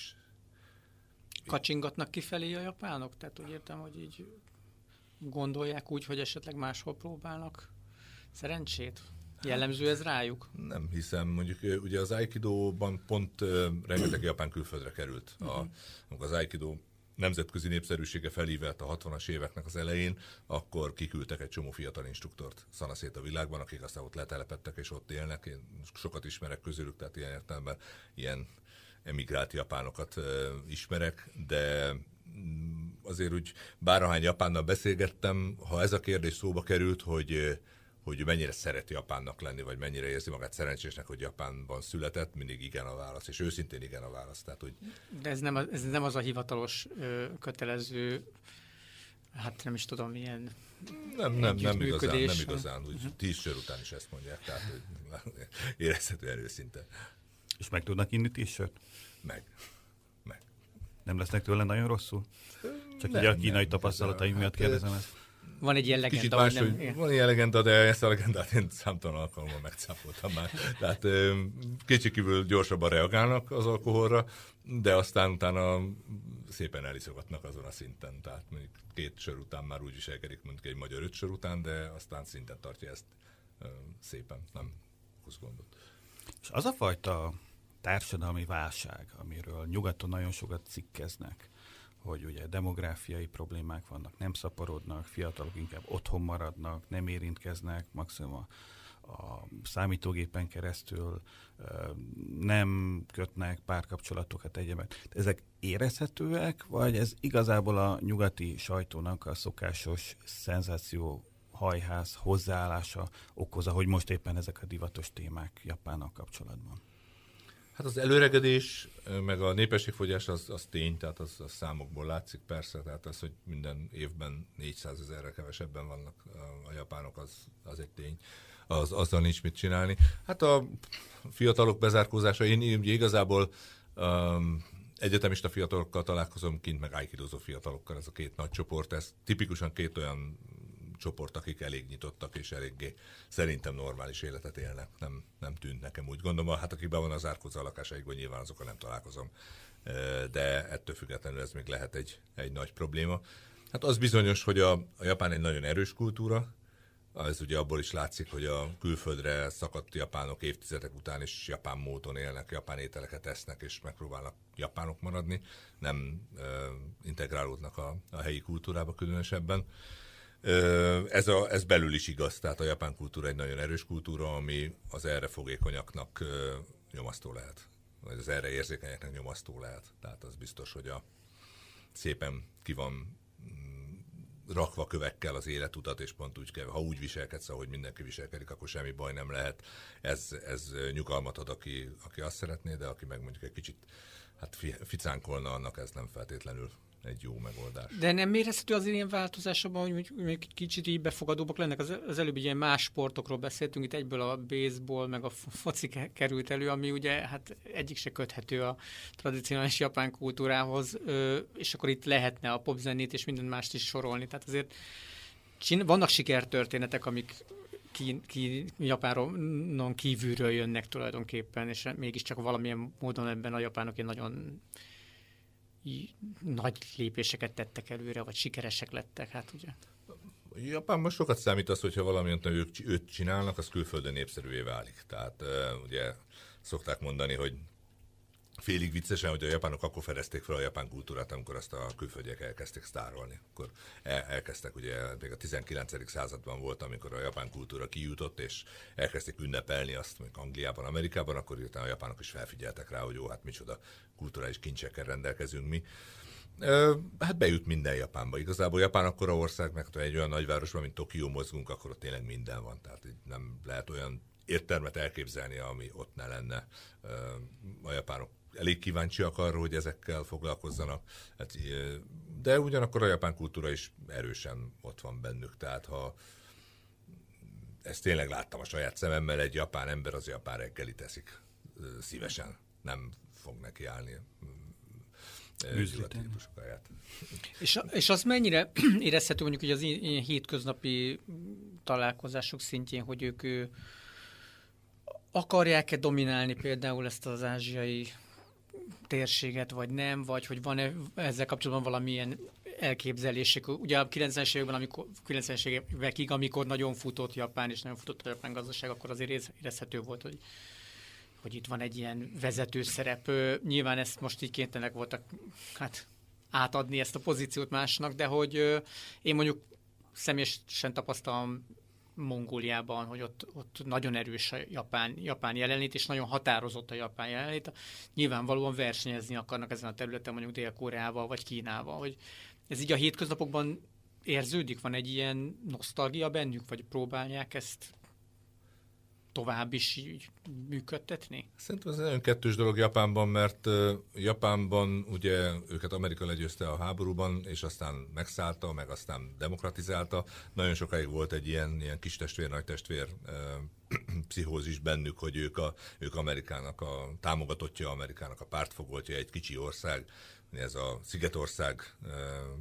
Kacsingatnak kifelé a japánok? Tehát úgy értem, hogy így gondolják úgy, hogy esetleg máshol próbálnak szerencsét? Jellemző ez rájuk? Nem hiszem. Mondjuk ugye az Aikidóban pont uh, rengeteg japán külföldre került. Uh-huh. A, az Aikido nemzetközi népszerűsége felívelt a hatvanas éveknek az elején, akkor kiküldtek egy csomó fiatal instruktort szanaszét a világban, akik aztán ott letelepedtek és ott élnek. Én sokat ismerek közülük, tehát ilyen értelemben ilyen emigrált japánokat uh, ismerek, de azért úgy bárhány japánnal beszélgettem, ha ez a kérdés szóba került, hogy, hogy mennyire szeret Japánnak lenni, vagy mennyire érzi magát szerencsésnek, hogy Japánban született, mindig igen a válasz, és őszintén igen a válasz. Tehát, hogy... De ez nem, az, ez nem az a hivatalos ö, kötelező, hát nem is tudom, milyen nem, nem, nem igazán, nem igazán, úgy uh-huh. tíz sör után is ezt mondják, tehát hogy érezhetően őszinte. És meg tudnak inni tíz-sört? Meg. Meg. Nem lesznek tőle nagyon rosszul? Csak nem, ugye a kínai tapasztalataim miatt hát, kérdezem ezt. Van egy ilyen legenda, más, nem... hogy van ilyen legenda, de ezt a legendát én számtalan alkalommal megcáfoltam már. Tehát kétségkívül gyorsabban reagálnak az alkoholra, de aztán utána szépen eliszogatnak azon a szinten. Tehát mondjuk két sör után már úgy viselkedik, mondjuk egy magyar öt sör után, de aztán szinten tartja ezt szépen, nem okoz gondot. És az a fajta társadalmi válság, amiről nyugaton nagyon sokat cikkeznek, hogy ugye demográfiai problémák vannak, nem szaporodnak, fiatalok inkább otthon maradnak, nem érintkeznek, maximum a, a számítógépen keresztül nem kötnek párkapcsolatokat, egyebet. Ezek érezhetőek, vagy ez igazából a nyugati sajtónak a szokásos szenzáció hajház hozzáállása okozza, hogy most éppen ezek a divatos témák Japánnal kapcsolatban? Hát az előregedés, meg a népességfogyás az, az tény, tehát az, az számokból látszik persze, tehát az, hogy minden évben négyszázezerre kevesebben vannak a, a japánok, az, az egy tény. Az, azzal nincs mit csinálni. Hát a fiatalok bezárkózása, én ugye igazából um, egyetemista fiatalokkal találkozom kint, meg aikidozó fiatalokkal, ez a két nagy csoport, ez tipikusan két olyan csoport, akik elég nyitottak és eléggé szerintem normális életet élnek. Nem, nem tűnt nekem úgy. Gondolom, hát akik be van az zárkózva a lakásaikban, nyilván azokkal nem találkozom de ettől függetlenül ez még lehet egy, egy nagy probléma. Hát az bizonyos, hogy a, a Japán egy nagyon erős kultúra, ez ugye abból is látszik, hogy a külföldre szakadt japánok évtizedek után is japán módon élnek, japán ételeket esznek, és megpróbálnak japánok maradni, nem uh, integrálódnak a, a helyi kultúrába különösebben. Uh, ez, a, ez belül is igaz, tehát a japán kultúra egy nagyon erős kultúra, ami az erre fogékonyaknak uh, nyomasztó lehet, vagy az erre érzékenyeknek nyomasztó lehet. Tehát az biztos, hogy a szépen ki van rakva kövekkel az életutat, és pont úgy kell, ha úgy viselkedsz, ahogy mindenki viselkedik, akkor semmi baj nem lehet. Ez, ez nyugalmat ad, aki, aki azt szeretné, de aki meg mondjuk egy kicsit hát ficánkolna, annak ez nem feltétlenül egy jó megoldás. De nem érezhető az ilyen változásokban, hogy még kicsit így befogadóbbak lennek? Az, az előbb ilyen más sportokról beszéltünk, itt egyből a baseball, meg a foci került elő, ami ugye hát egyik se köthető a tradicionális japán kultúrához, és akkor itt lehetne a popzenét és minden mást is sorolni. Tehát azért csin- vannak sikertörténetek, amik ki, ki, Japánon kívülről jönnek tulajdonképpen, és mégiscsak valamilyen módon ebben a japánok egy nagyon nagy lépéseket tettek előre, vagy sikeresek lettek, hát ugye. Japánban sokat számít az, hogyha valamilyen ők őt csinálnak, az külföldön népszerűvé válik. Tehát uh, ugye szokták mondani, hogy félig viccesen, hogy a japánok akkor fedezték fel a japán kultúrát, amikor azt a külföldiek elkezdték sztárolni. Akkor el, elkezdtek, ugye még a tizenkilencedik században volt, amikor a japán kultúra kijutott, és elkezdték ünnepelni azt, mondjuk Angliában, Amerikában, akkor utána a japánok is felfigyeltek rá, hogy jó, hát micsoda kulturális kincsekkel rendelkezünk mi. Hát bejut minden Japánba. Igazából Japán akkora ország, meg egy olyan nagyvárosban, mint Tokió mozgunk, akkor ott tényleg minden van. Tehát nem lehet olyan értelmet elképzelni, ami ott ne lenne. A japánok elég kíváncsiak arra, hogy ezekkel foglalkozzanak. De ugyanakkor a japán kultúra is erősen ott van bennük. Tehát ha ezt tényleg láttam a saját szememmel, egy japán ember az japán reggelit eszik szívesen. Nem fog neki állni típusú kaját. És, és az mennyire érezhető mondjuk hogy az ilyen hétköznapi találkozások szintjén, hogy ők ő, akarják-e dominálni például ezt az ázsiai térséget, vagy nem, vagy hogy van-e ezzel kapcsolatban valamilyen elképzelések. Ugye a kilencvenes években, amikor, kilencvenes évekig, amikor nagyon futott Japán, és nagyon futott a japán gazdaság, akkor azért érezhető volt, hogy hogy itt van egy ilyen vezető szerep. Nyilván ezt most így kénytelenek voltak hát, átadni ezt a pozíciót másnak, de hogy én mondjuk személyesen tapasztalom Mongóliában, hogy ott, ott nagyon erős a japán, japán jelenlét, és nagyon határozott a japán jelenlét. Nyilvánvalóan versenyezni akarnak ezen a területen, mondjuk Dél-Koreával vagy Kínával. Hogy ez így a hétköznapokban érződik? Van egy ilyen nosztalgia bennük, vagy próbálják ezt tovább is így működtetni? Szerintem ez egy nagyon kettős dolog Japánban, mert uh, Japánban ugye őket Amerika legyőzte a háborúban, és aztán megszállta, meg aztán demokratizálta. Nagyon sokáig volt egy ilyen, ilyen kis testvér, nagy testvér uh, pszichózis bennük, hogy ők, a, ők Amerikának a támogatottja, Amerikának a pártfogoltja, egy kicsi ország, ez a Szigetország uh,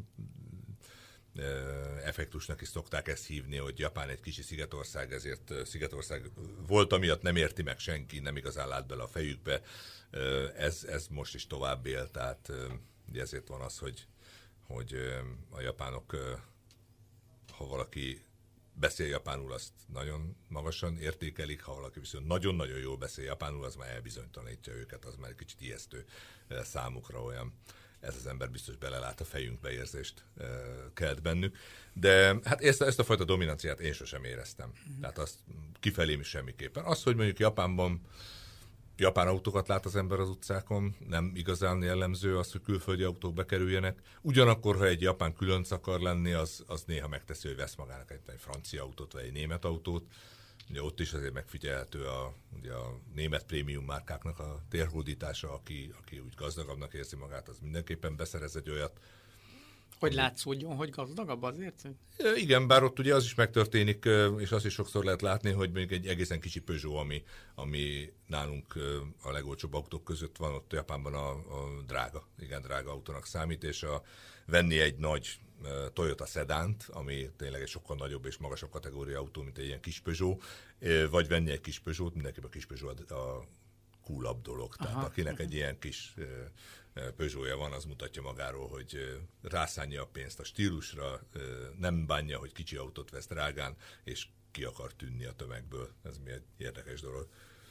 effektusnak is szokták ezt hívni, hogy Japán egy kicsi szigetország, ezért szigetország volt, amiatt nem érti meg senki, nem igazán lát bele a fejükbe. Ez, ez most is tovább él, tehát ezért van az, hogy, hogy a japánok, ha valaki beszél japánul, azt nagyon magasan értékelik, ha valaki viszont nagyon-nagyon jól beszél japánul, az már elbizonytalanítja őket, az már egy kicsit ijesztő számukra, olyan ez az ember biztos belelát a fejünkbe, érzést e, kelt bennük. De hát ezt, ezt a fajta dominanciát én sosem éreztem. Mm. Tehát azt kifelém is semmiképpen. Az, hogy mondjuk Japánban japán autókat lát az ember az utcákon, nem igazán jellemző az, hogy külföldi autók bekerüljenek. Ugyanakkor, ha egy japán különc akar lenni, az, az néha megteszi, hogy vesz magának egy, egy francia autót, vagy egy német autót. Ugye ott is azért megfigyelhető a, ugye a német prémium márkáknak a térhódítása, aki, aki úgy gazdagabbnak érzi magát, az mindenképpen beszerez egy olyat. Hogy látszódjon, hogy gazdagabb azért? Igen, bár ott ugye az is megtörténik, és azt is sokszor lehet látni, hogy mondjuk egy egészen kicsi Peugeot, ami, ami nálunk a legolcsóbb autók között van, ott Japánban a, a drága, igen drága autónak számít, és a, venni egy nagy Toyota Sedánt, ami tényleg egy sokkal nagyobb és magasabb kategória autó, mint egy ilyen kis Peugeot, vagy venni egy kis Peugeot, mindenképpen a kis Peugeot a coolabb dolog. Tehát Aha. akinek egy ilyen kis Peugeotja van, az mutatja magáról, hogy rászánja a pénzt a stílusra, nem bánja, hogy kicsi autót vesz drágán, és ki akar tűnni a tömegből. Ez mi egy érdekes dolog.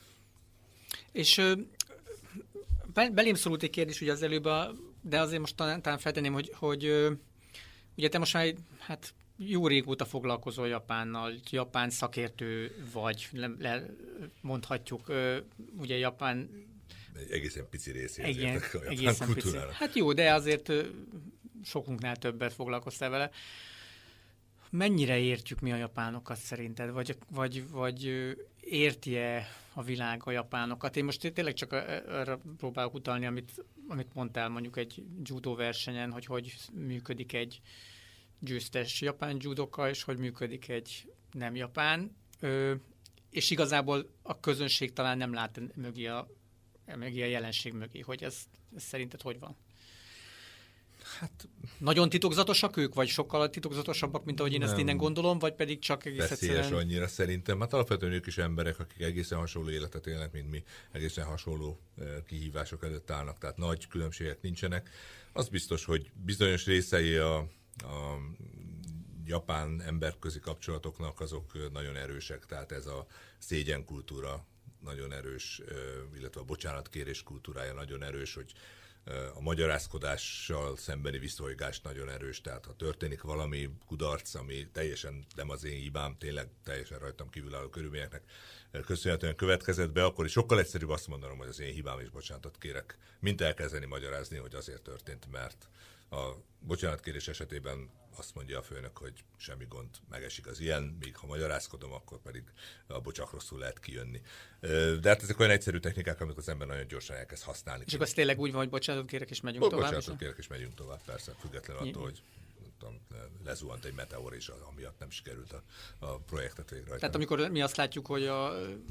És belém szorult egy kérdés ugye az előbb, a, de azért most talán, talán feltenném, hogy, hogy ugye te most már hát jó régóta foglalkozol Japánnal, japán szakértő vagy, le, le, mondhatjuk, ugye Japán... Egy egészen pici részéhez igen, értek a japán egészen kultúrára. Pici. Hát jó, de azért sokunknál többet foglalkoztál vele. Mennyire értjük mi a japánokat szerinted? Vagy, vagy, vagy érti-e a világ a japánokat? Én most tényleg csak arra próbálok utalni, amit, amit mondtál mondjuk egy judo versenyen, hogy hogy működik egy győztes japán judoka, és hogy működik egy nem japán. Ö, és igazából a közönség talán nem lát mögé a, mögé a jelenség mögé, hogy ez, ez szerinted hogy van? Hát, nagyon titokzatosak ők, vagy sokkal titokzatosabbak, mint ahogy én ezt innen gondolom, vagy pedig csak egész veszélyes egyszerűen... annyira szerintem. Hát alapvetően ők is emberek, akik egészen hasonló életet élnek, mint mi, egészen hasonló kihívások előtt állnak, tehát nagy különbségek nincsenek. Az biztos, hogy bizonyos részei a, a japán emberközi kapcsolatoknak azok nagyon erősek, tehát ez a szégyenkultúra nagyon erős, illetve a bocsánatkérés kultúrája nagyon erős, hogy a magyarázkodással szembeni visszahajgás nagyon erős, tehát ha történik valami kudarc, ami teljesen nem az én hibám, tényleg teljesen rajtam kívülálló körülményeknek köszönhetően következett be, akkor is sokkal egyszerűbb azt mondanom, hogy az én hibám és bocsánatot kérek, mint elkezdeni magyarázni, hogy azért történt, mert a bocsánatkérés esetében azt mondja a főnök, hogy semmi gond, megesik az ilyen, míg ha magyarázkodom, akkor pedig abból csak rosszul lehet kijönni. De hát ezek olyan egyszerű technikák, amikor az ember nagyon gyorsan elkezd használni. És akkor az tényleg úgy van, hogy bocsánatot kérek, és megyünk Bo- tovább? Bocsánatot kérek, és megyünk tovább, persze, függetlenül attól, hogy tudom, lezuhant egy meteor, és amiatt nem sikerült a, a projektet végrehajtani. Tehát amikor mi azt látjuk, hogy a,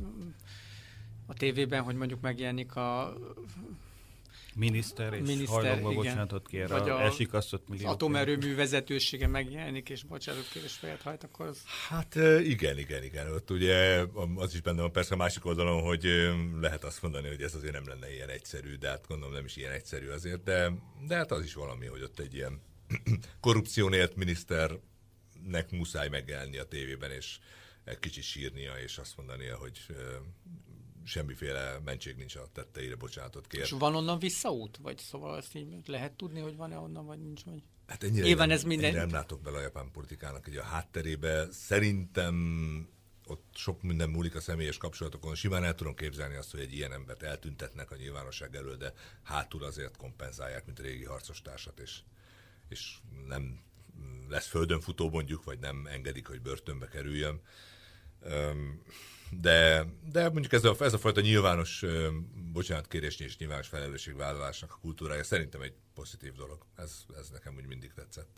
a tévében, hogy mondjuk megjelenik a miniszter, és miniszter, hajlandó bocsánatot kér, vagy a esikasztott millió. Az atomerőmű vezetősége megjelenik, és bocsánatot kér, és fejet hajt, akkor az... Hát igen, igen, igen. Ott ugye az is benne van persze a másik oldalon, hogy lehet azt mondani, hogy ez azért nem lenne ilyen egyszerű, de hát gondolom nem is ilyen egyszerű azért, de, de hát az is valami, hogy ott egy ilyen korrupción élt miniszternek muszáj megjelenni a tévében, és egy kicsit sírnia, és azt mondania, hogy semmiféle mentség nincs a tetteire, bocsánatot kér. És van onnan visszaút? Vagy szóval ezt így lehet tudni, hogy van-e onnan, vagy nincs? Vagy... Hát ennyire, Nyilván nem, ez minden... ennyire nem látok bele a japán politikának így a hátterébe. Szerintem ott sok minden múlik a személyes kapcsolatokon. Simán el tudom képzelni azt, hogy egy ilyen embert eltüntetnek a nyilvánosság elől, de hátul azért kompenzálják, mint a régi harcostársat, és, és nem lesz földön futó mondjuk, vagy nem engedik, hogy börtönbe kerüljön. De, de mondjuk ez a, ez a fajta nyilvános uh, bocsánatkérés és nyilvános felelősségvállalásnak a kultúrája szerintem egy pozitív dolog. Ez, ez nekem úgy mindig tetszett.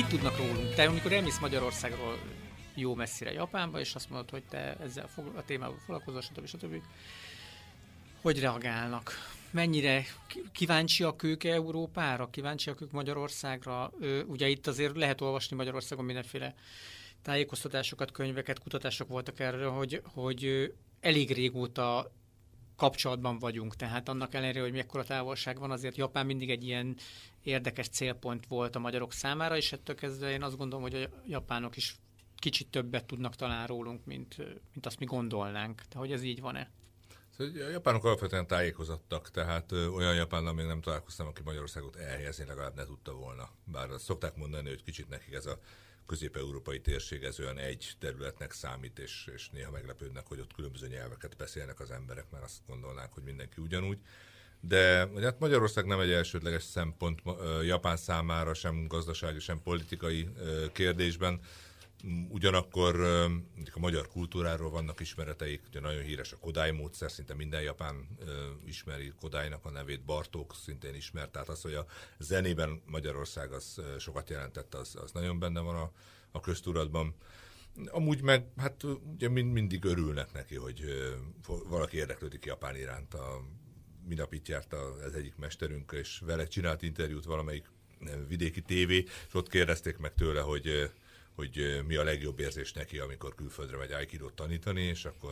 tudnak rólunk? Te amikor elmész Magyarországról jó messzire Japánba, és azt mondod, hogy te ezzel a témával foglalkozol, stb. stb. Hogy reagálnak? Mennyire kíváncsiak ők Európára, kíváncsiak ők Magyarországra? Ugye itt azért lehet olvasni Magyarországon mindenféle tájékoztatásokat, könyveket, kutatások voltak erről, hogy, hogy elég régóta kapcsolatban vagyunk, tehát annak ellenére, hogy mekkora távolság van, azért Japán mindig egy ilyen érdekes célpont volt a magyarok számára, és ettől kezdve én azt gondolom, hogy a japánok is kicsit többet tudnak talán rólunk, mint, mint azt mi gondolnánk. De hogy ez így van-e? A japánok alapvetően tájékozottak, tehát ö, olyan Japánnal még nem találkoztam, aki Magyarországot elhelyezni legalább ne tudta volna. Bár azt szokták mondani, hogy kicsit nekik ez a közép-európai térség, ez olyan egy területnek számít, és, és néha meglepődnek, hogy ott különböző nyelveket beszélnek az emberek, mert azt gondolnák, hogy mindenki ugyanúgy. De hát Magyarország nem egy elsődleges szempont ö, Japán számára, sem gazdasági, sem politikai ö, kérdésben. Ugyanakkor a magyar kultúráról vannak ismereteik, ugye nagyon híres a Kodály módszer, szinte minden japán ismeri Kodálynak a nevét, Bartók szintén ismert, tehát az, hogy a zenében Magyarország az sokat jelentett, az, az nagyon benne van a, a köztudatban. Amúgy meg, hát ugye mind, mindig örülnek neki, hogy valaki érdeklődik Japán iránt. A, minap itt járt az egyik mesterünk, és vele csinált interjút valamelyik vidéki tévé, és ott kérdezték meg tőle, hogy hogy mi a legjobb érzés neki, amikor külföldre megy aikidót tanítani, és akkor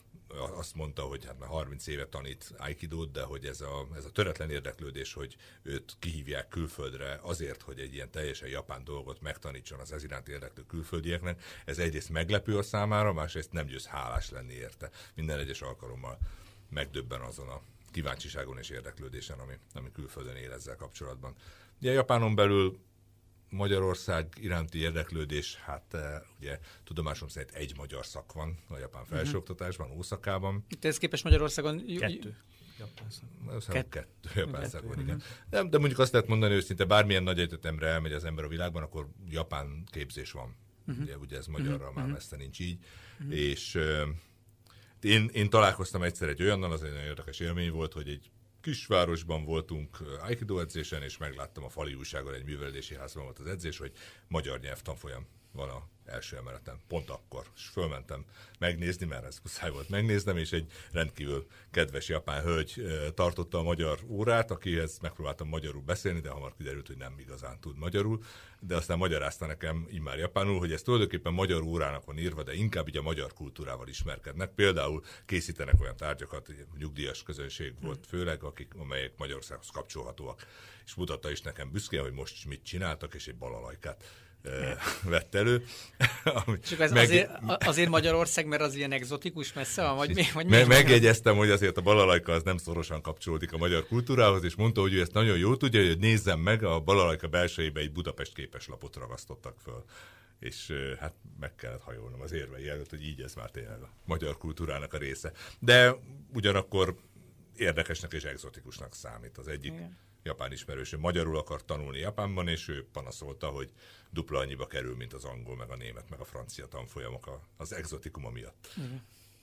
azt mondta, hogy hát már harminc éve tanít aikidót, de hogy ez a, ez a töretlen érdeklődés, hogy őt kihívják külföldre azért, hogy egy ilyen teljesen japán dolgot megtanítson az ez iránt érdeklő külföldieknek, ez egyrészt meglepő a számára, másrészt nem győz hálás lenni érte. Minden egyes alkalommal megdöbben azon a kíváncsiságon és érdeklődésen, ami, ami külföldön él ezzel kapcsolatban. Ugye Japánon belül Magyarország iránti érdeklődés, hát ugye tudomásom szerint egy magyar szak van a japán felsőoktatásban, Ószakában. Itt ez képest Magyarországon... Kettő. Japán szak. Kettő. Kettő japán szak van, igen. De, de mondjuk azt lehet mondani, hogy szinte bármilyen nagy egyetemre elmegy az ember a világban, akkor japán képzés van. Uh-huh. Ugye, ugye ez magyarra uh-huh. már messze nincs így. Uh-huh. És uh, én, én találkoztam egyszer egy olyannal, az egy nagyon érdekes élmény volt, hogy egy kisvárosban voltunk aikido edzésen, és megláttam a fali újságon, egy művelődési házban volt az edzés, hogy magyar nyelvtanfolyam van a első emeleten. Pont akkor. És fölmentem megnézni, mert ez muszáj volt megnéznem, és egy rendkívül kedves japán hölgy tartotta a magyar órát, akihez megpróbáltam magyarul beszélni, de hamar kiderült, hogy nem igazán tud magyarul, de aztán magyarázta nekem immár japánul, hogy ez tulajdonképpen magyar órának van írva, de inkább így a magyar kultúrával ismerkednek. Például készítenek olyan tárgyakat, nyugdíjas közönség volt főleg, akik, amelyek Magyarországhoz kapcsolhatóak. És mutatta is nekem büszkén, hogy most mit csináltak, és egy balalajkát vett elő. Csak ez meg... azért, azért Magyarország, mert az ilyen egzotikus messze van? Vagy mi, vagy me- megjegyeztem, hogy azért a balalajka az nem szorosan kapcsolódik a magyar kultúrához, és mondta, hogy ő ezt nagyon jól tudja, hogy nézzem meg, a balalajka belsejébe egy Budapest képeslapot ragasztottak föl. És hát meg kellett hajolnom az érvei előtt, hogy így ez már tényleg a magyar kultúrának a része. De ugyanakkor érdekesnek és egzotikusnak számít. Az egyik igen. Japán ismerősöm magyarul akart tanulni Japánban, és ő panaszolta, hogy dupla annyiba kerül, mint az angol, meg a német, meg a francia tanfolyamok az egzotikuma miatt. Igen.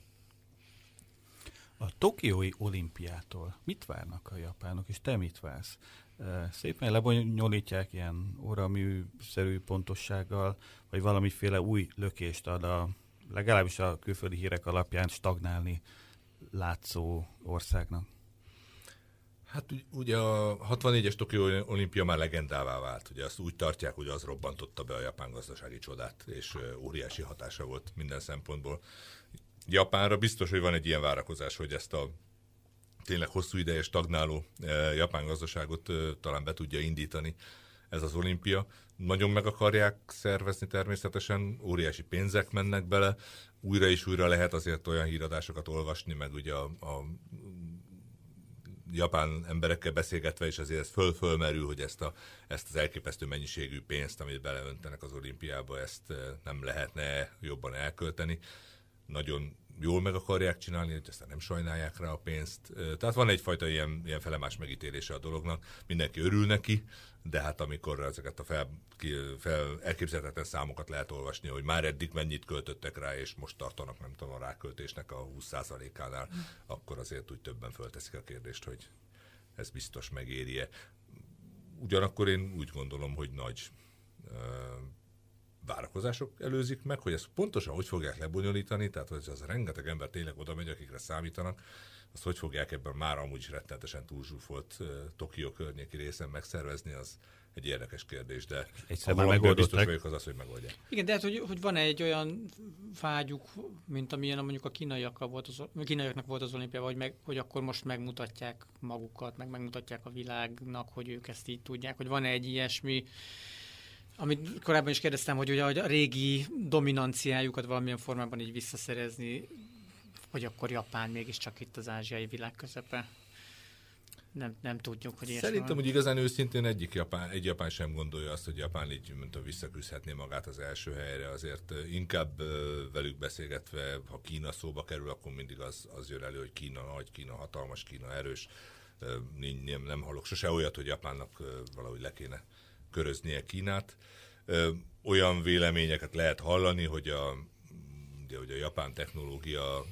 A tokiói olimpiától mit várnak a japánok, és te mit vársz? Szépen lebonyolítják ilyen óraműszerű pontossággal, vagy valamiféle új lökést ad a, legalábbis a külföldi hírek alapján stagnálni látszó országnak? Hát ugye a hatvannégyes Tokió olimpia már legendává vált. Ugye azt úgy tartják, hogy az robbantotta be a japán gazdasági csodát, és óriási hatása volt minden szempontból. Japánra biztos, hogy van egy ilyen várakozás, hogy ezt a tényleg hosszú ideje stagnáló japán gazdaságot talán be tudja indítani ez az olimpia. Nagyon meg akarják szervezni természetesen, óriási pénzek mennek bele, újra és újra lehet azért olyan híradásokat olvasni, meg ugye a, a japán emberekkel beszélgetve, és azért ez föl-fölmerül, hogy ezt, a, ezt az elképesztő mennyiségű pénzt, amit beleöntenek az olimpiába, ezt nem lehetne jobban elkölteni. Nagyon jól meg akarják csinálni, hogy aztán nem sajnálják rá a pénzt. Tehát van egyfajta ilyen, ilyen felemás megítélése a dolognak. Mindenki örül neki, de hát amikor ezeket a fel, fel, elképzelhetetlen számokat lehet olvasni, hogy már eddig mennyit költöttek rá, és most tartanak, nem tudom, a ráköltésnek a húsz százalékánál, mm. akkor azért úgy többen fölteszik a kérdést, hogy ez biztos megéri-e. Ugyanakkor én úgy gondolom, hogy nagy várakozások előzik meg, hogy ezt pontosan hogy fogják lebonyolítani, tehát hogy az rengeteg ember tényleg oda megy, akikre számítanak, azt hogy fogják ebben már amúgy is rettenetesen túlzsúfolt uh, Tokió környéki részen megszervezni, az egy érdekes kérdés, de egyszer már biztos vagyok, az az, hogy megoldják. Igen, de hát, hogy, hogy van egy olyan vágyuk, mint amilyen mondjuk a kínaiakkal volt az, a kínaiaknak volt az olimpiában, hogy, meg, hogy akkor most megmutatják magukat, meg megmutatják a világnak, hogy ők ezt így tudják, hogy van egy ilyesmi, amit korábban is kérdeztem, hogy ugye a régi dominanciájukat valamilyen formában így visszaszerezni, hogy akkor Japán mégiscsak itt az ázsiai világ közepe. Nem, nem tudjuk, hogy ilyesmi. Szerintem, hogy igazán őszintén egyik japán, egy japán sem gondolja azt, hogy Japán így mint visszaküzdhetné magát az első helyre. Azért inkább velük beszélgetve, ha Kína szóba kerül, akkor mindig az, az jön elő, hogy Kína nagy, Kína hatalmas, Kína erős. Nem, nem hallok sose olyat, hogy Japánnak valahogy le kéne köröznie Kínát. Olyan véleményeket lehet hallani, hogy a, ugye, hogy a japán technológia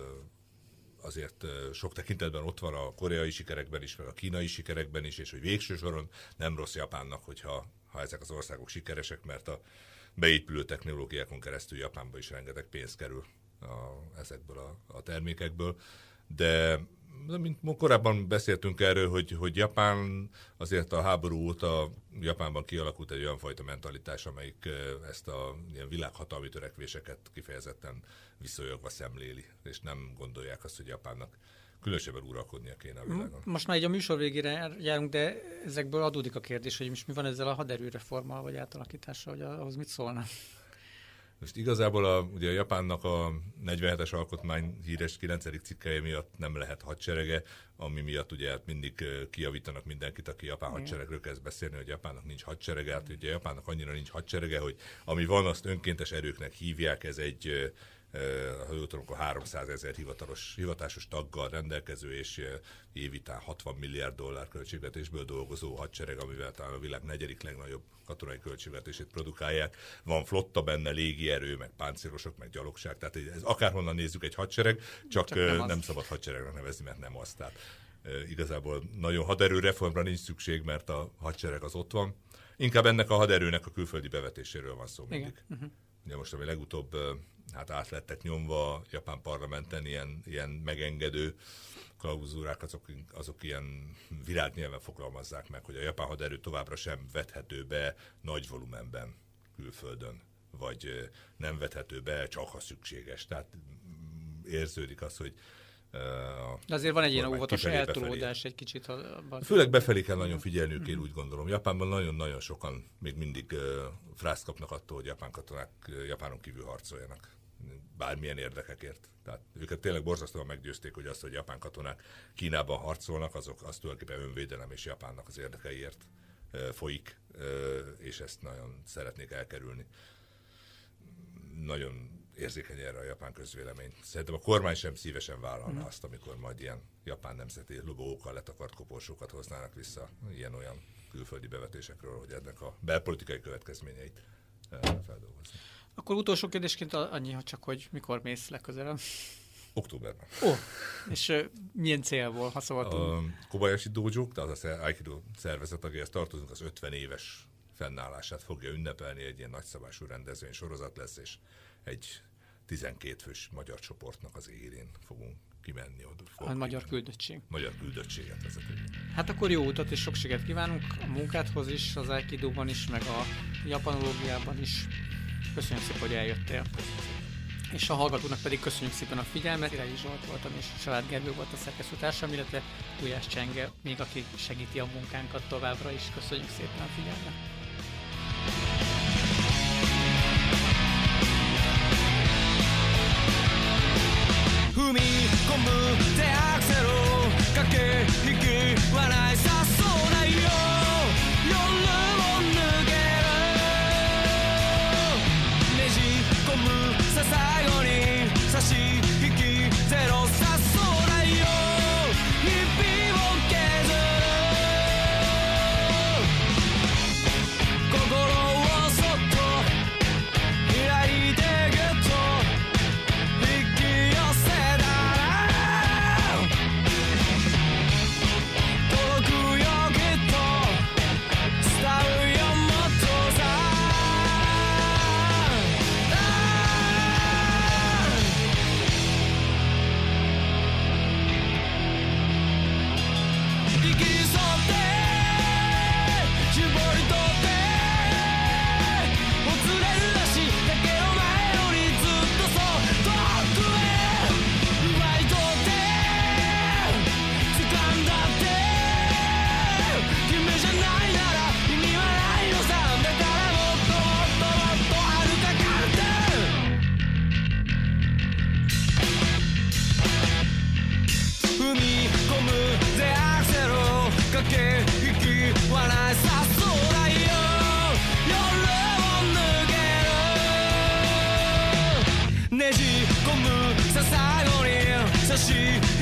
azért sok tekintetben ott van a koreai sikerekben is, meg a kínai sikerekben is, és hogy végső soron nem rossz Japánnak, hogyha ha ezek az országok sikeresek, mert a beépülő technológiákon keresztül Japánba is rengeteg pénz kerül a, ezekből a, a termékekből. De mint korábban beszéltünk erről, hogy, hogy Japán azért a háború óta Japánban kialakult egy olyan fajta mentalitás, amelyik ezt a ilyen világhatalmi törekvéseket kifejezetten visszajogva szemléli, és nem gondolják azt, hogy Japánnak különösebben uralkodnia kéne a világon. Most már így a műsor végére járunk, de ezekből adódik a kérdés, hogy most mi van ezzel a haderőreformmal vagy átalakítással, hogy ahhoz mit szólna? Most igazából a, ugye a Japánnak a negyvenhetes alkotmány híres kilencedik cikkelye miatt nem lehet hadserege, ami miatt ugye mindig kijavítanak mindenkit, aki japán hadseregről kezd beszélni, hogy Japánnak nincs hadserege. Hát ugye Japánnak annyira nincs hadserege, hogy ami van, azt önkéntes erőknek hívják, ez egy ha jól tudom, akkor háromszázezer hivatalos, hivatásos taggal rendelkező és évitán hatvan milliárd dollár költségvetésből dolgozó hadsereg, amivel talán a világ negyedik legnagyobb katonai költségvetését produkálják. Van flotta benne, légierő, meg páncélosok, meg gyalogság, tehát ez akárhonnan nézzük egy hadsereg, csak, csak nem, nem szabad hadseregnek nevezni, mert nem az. Tehát igazából nagyon haderőreformra nincs szükség, mert a hadsereg az ott van. Inkább ennek a haderőnek a külföldi bevetéséről van szó mindig. Uh-huh. Ugye most, ami legutóbb hát át lettek nyomva a japán parlamenten ilyen, ilyen megengedő klauzúrák, azok, azok ilyen világnyelven fogalmazzák meg, hogy a japán haderő továbbra sem vethető be nagy volumenben külföldön, vagy nem vethető be csak ha szükséges. Tehát érződik az, hogy de azért van egy ilyen óvatos eltolódás egy kicsit. Abban. Főleg befelé kell nagyon figyelniük, én úgy gondolom. Japánban nagyon-nagyon sokan még mindig uh, frászt kapnak attól, hogy japán katonák uh, Japánon kívül harcoljanak. Bármilyen érdekekért. Tehát őket tényleg borzasztóan meggyőzték, hogy azt, hogy japán katonák Kínában harcolnak, azok az tulajdonképpen önvédelem és Japánnak az érdekeiért uh, folyik, uh, és ezt nagyon szeretnék elkerülni. Nagyon érzékeny erre a japán közvélemény. Szerintem a kormány sem szívesen vállalna mm. azt, amikor majd ilyen japán nemzeti logókkal letakart koporsókat hoznának vissza ilyen-olyan külföldi bevetésekről, hogy ennek a belpolitikai következményeit feldolgozni. Akkor utolsó kérdésként annyi, csak hogy mikor mész legközelebb? Októberben. Ó, oh, és uh, milyen célból, ha szabad tudni? A Kobayashi Dojo, tehát az Aikido szervezet, akihez tartozunk, az ötven éves fennállását fogja ünnepelni, egy ilyen nagyszabású rendezvény sorozat lesz, és egy tizenkét fős magyar csoportnak az élén fogunk kimenni. A magyar küldöttség. Magyar küldöttséget vezetünk. Hát akkor jó utat és sok sikert kívánunk a munkádhoz is, az Aikidóban is, meg a japanológiában is. Köszönjük szépen, hogy eljöttél. És a hallgatónak pedig köszönjük szépen a figyelmet. Irányi Zsolt voltam, és Salád Gergő volt a szerkesztőtársam, illetve Gulyás Csenge, még aki segíti a munkánkat továbbra is. Köszönjük szépen a figyelmet. 踏み込む手アクセル駆け引き笑いさそうだよ夜を抜けるねじ込むさ最後に差し引きゼロさそうだよ日々を削る駆け引き笑いさそうだよ夜を抜けるねじ込むさ最後に差し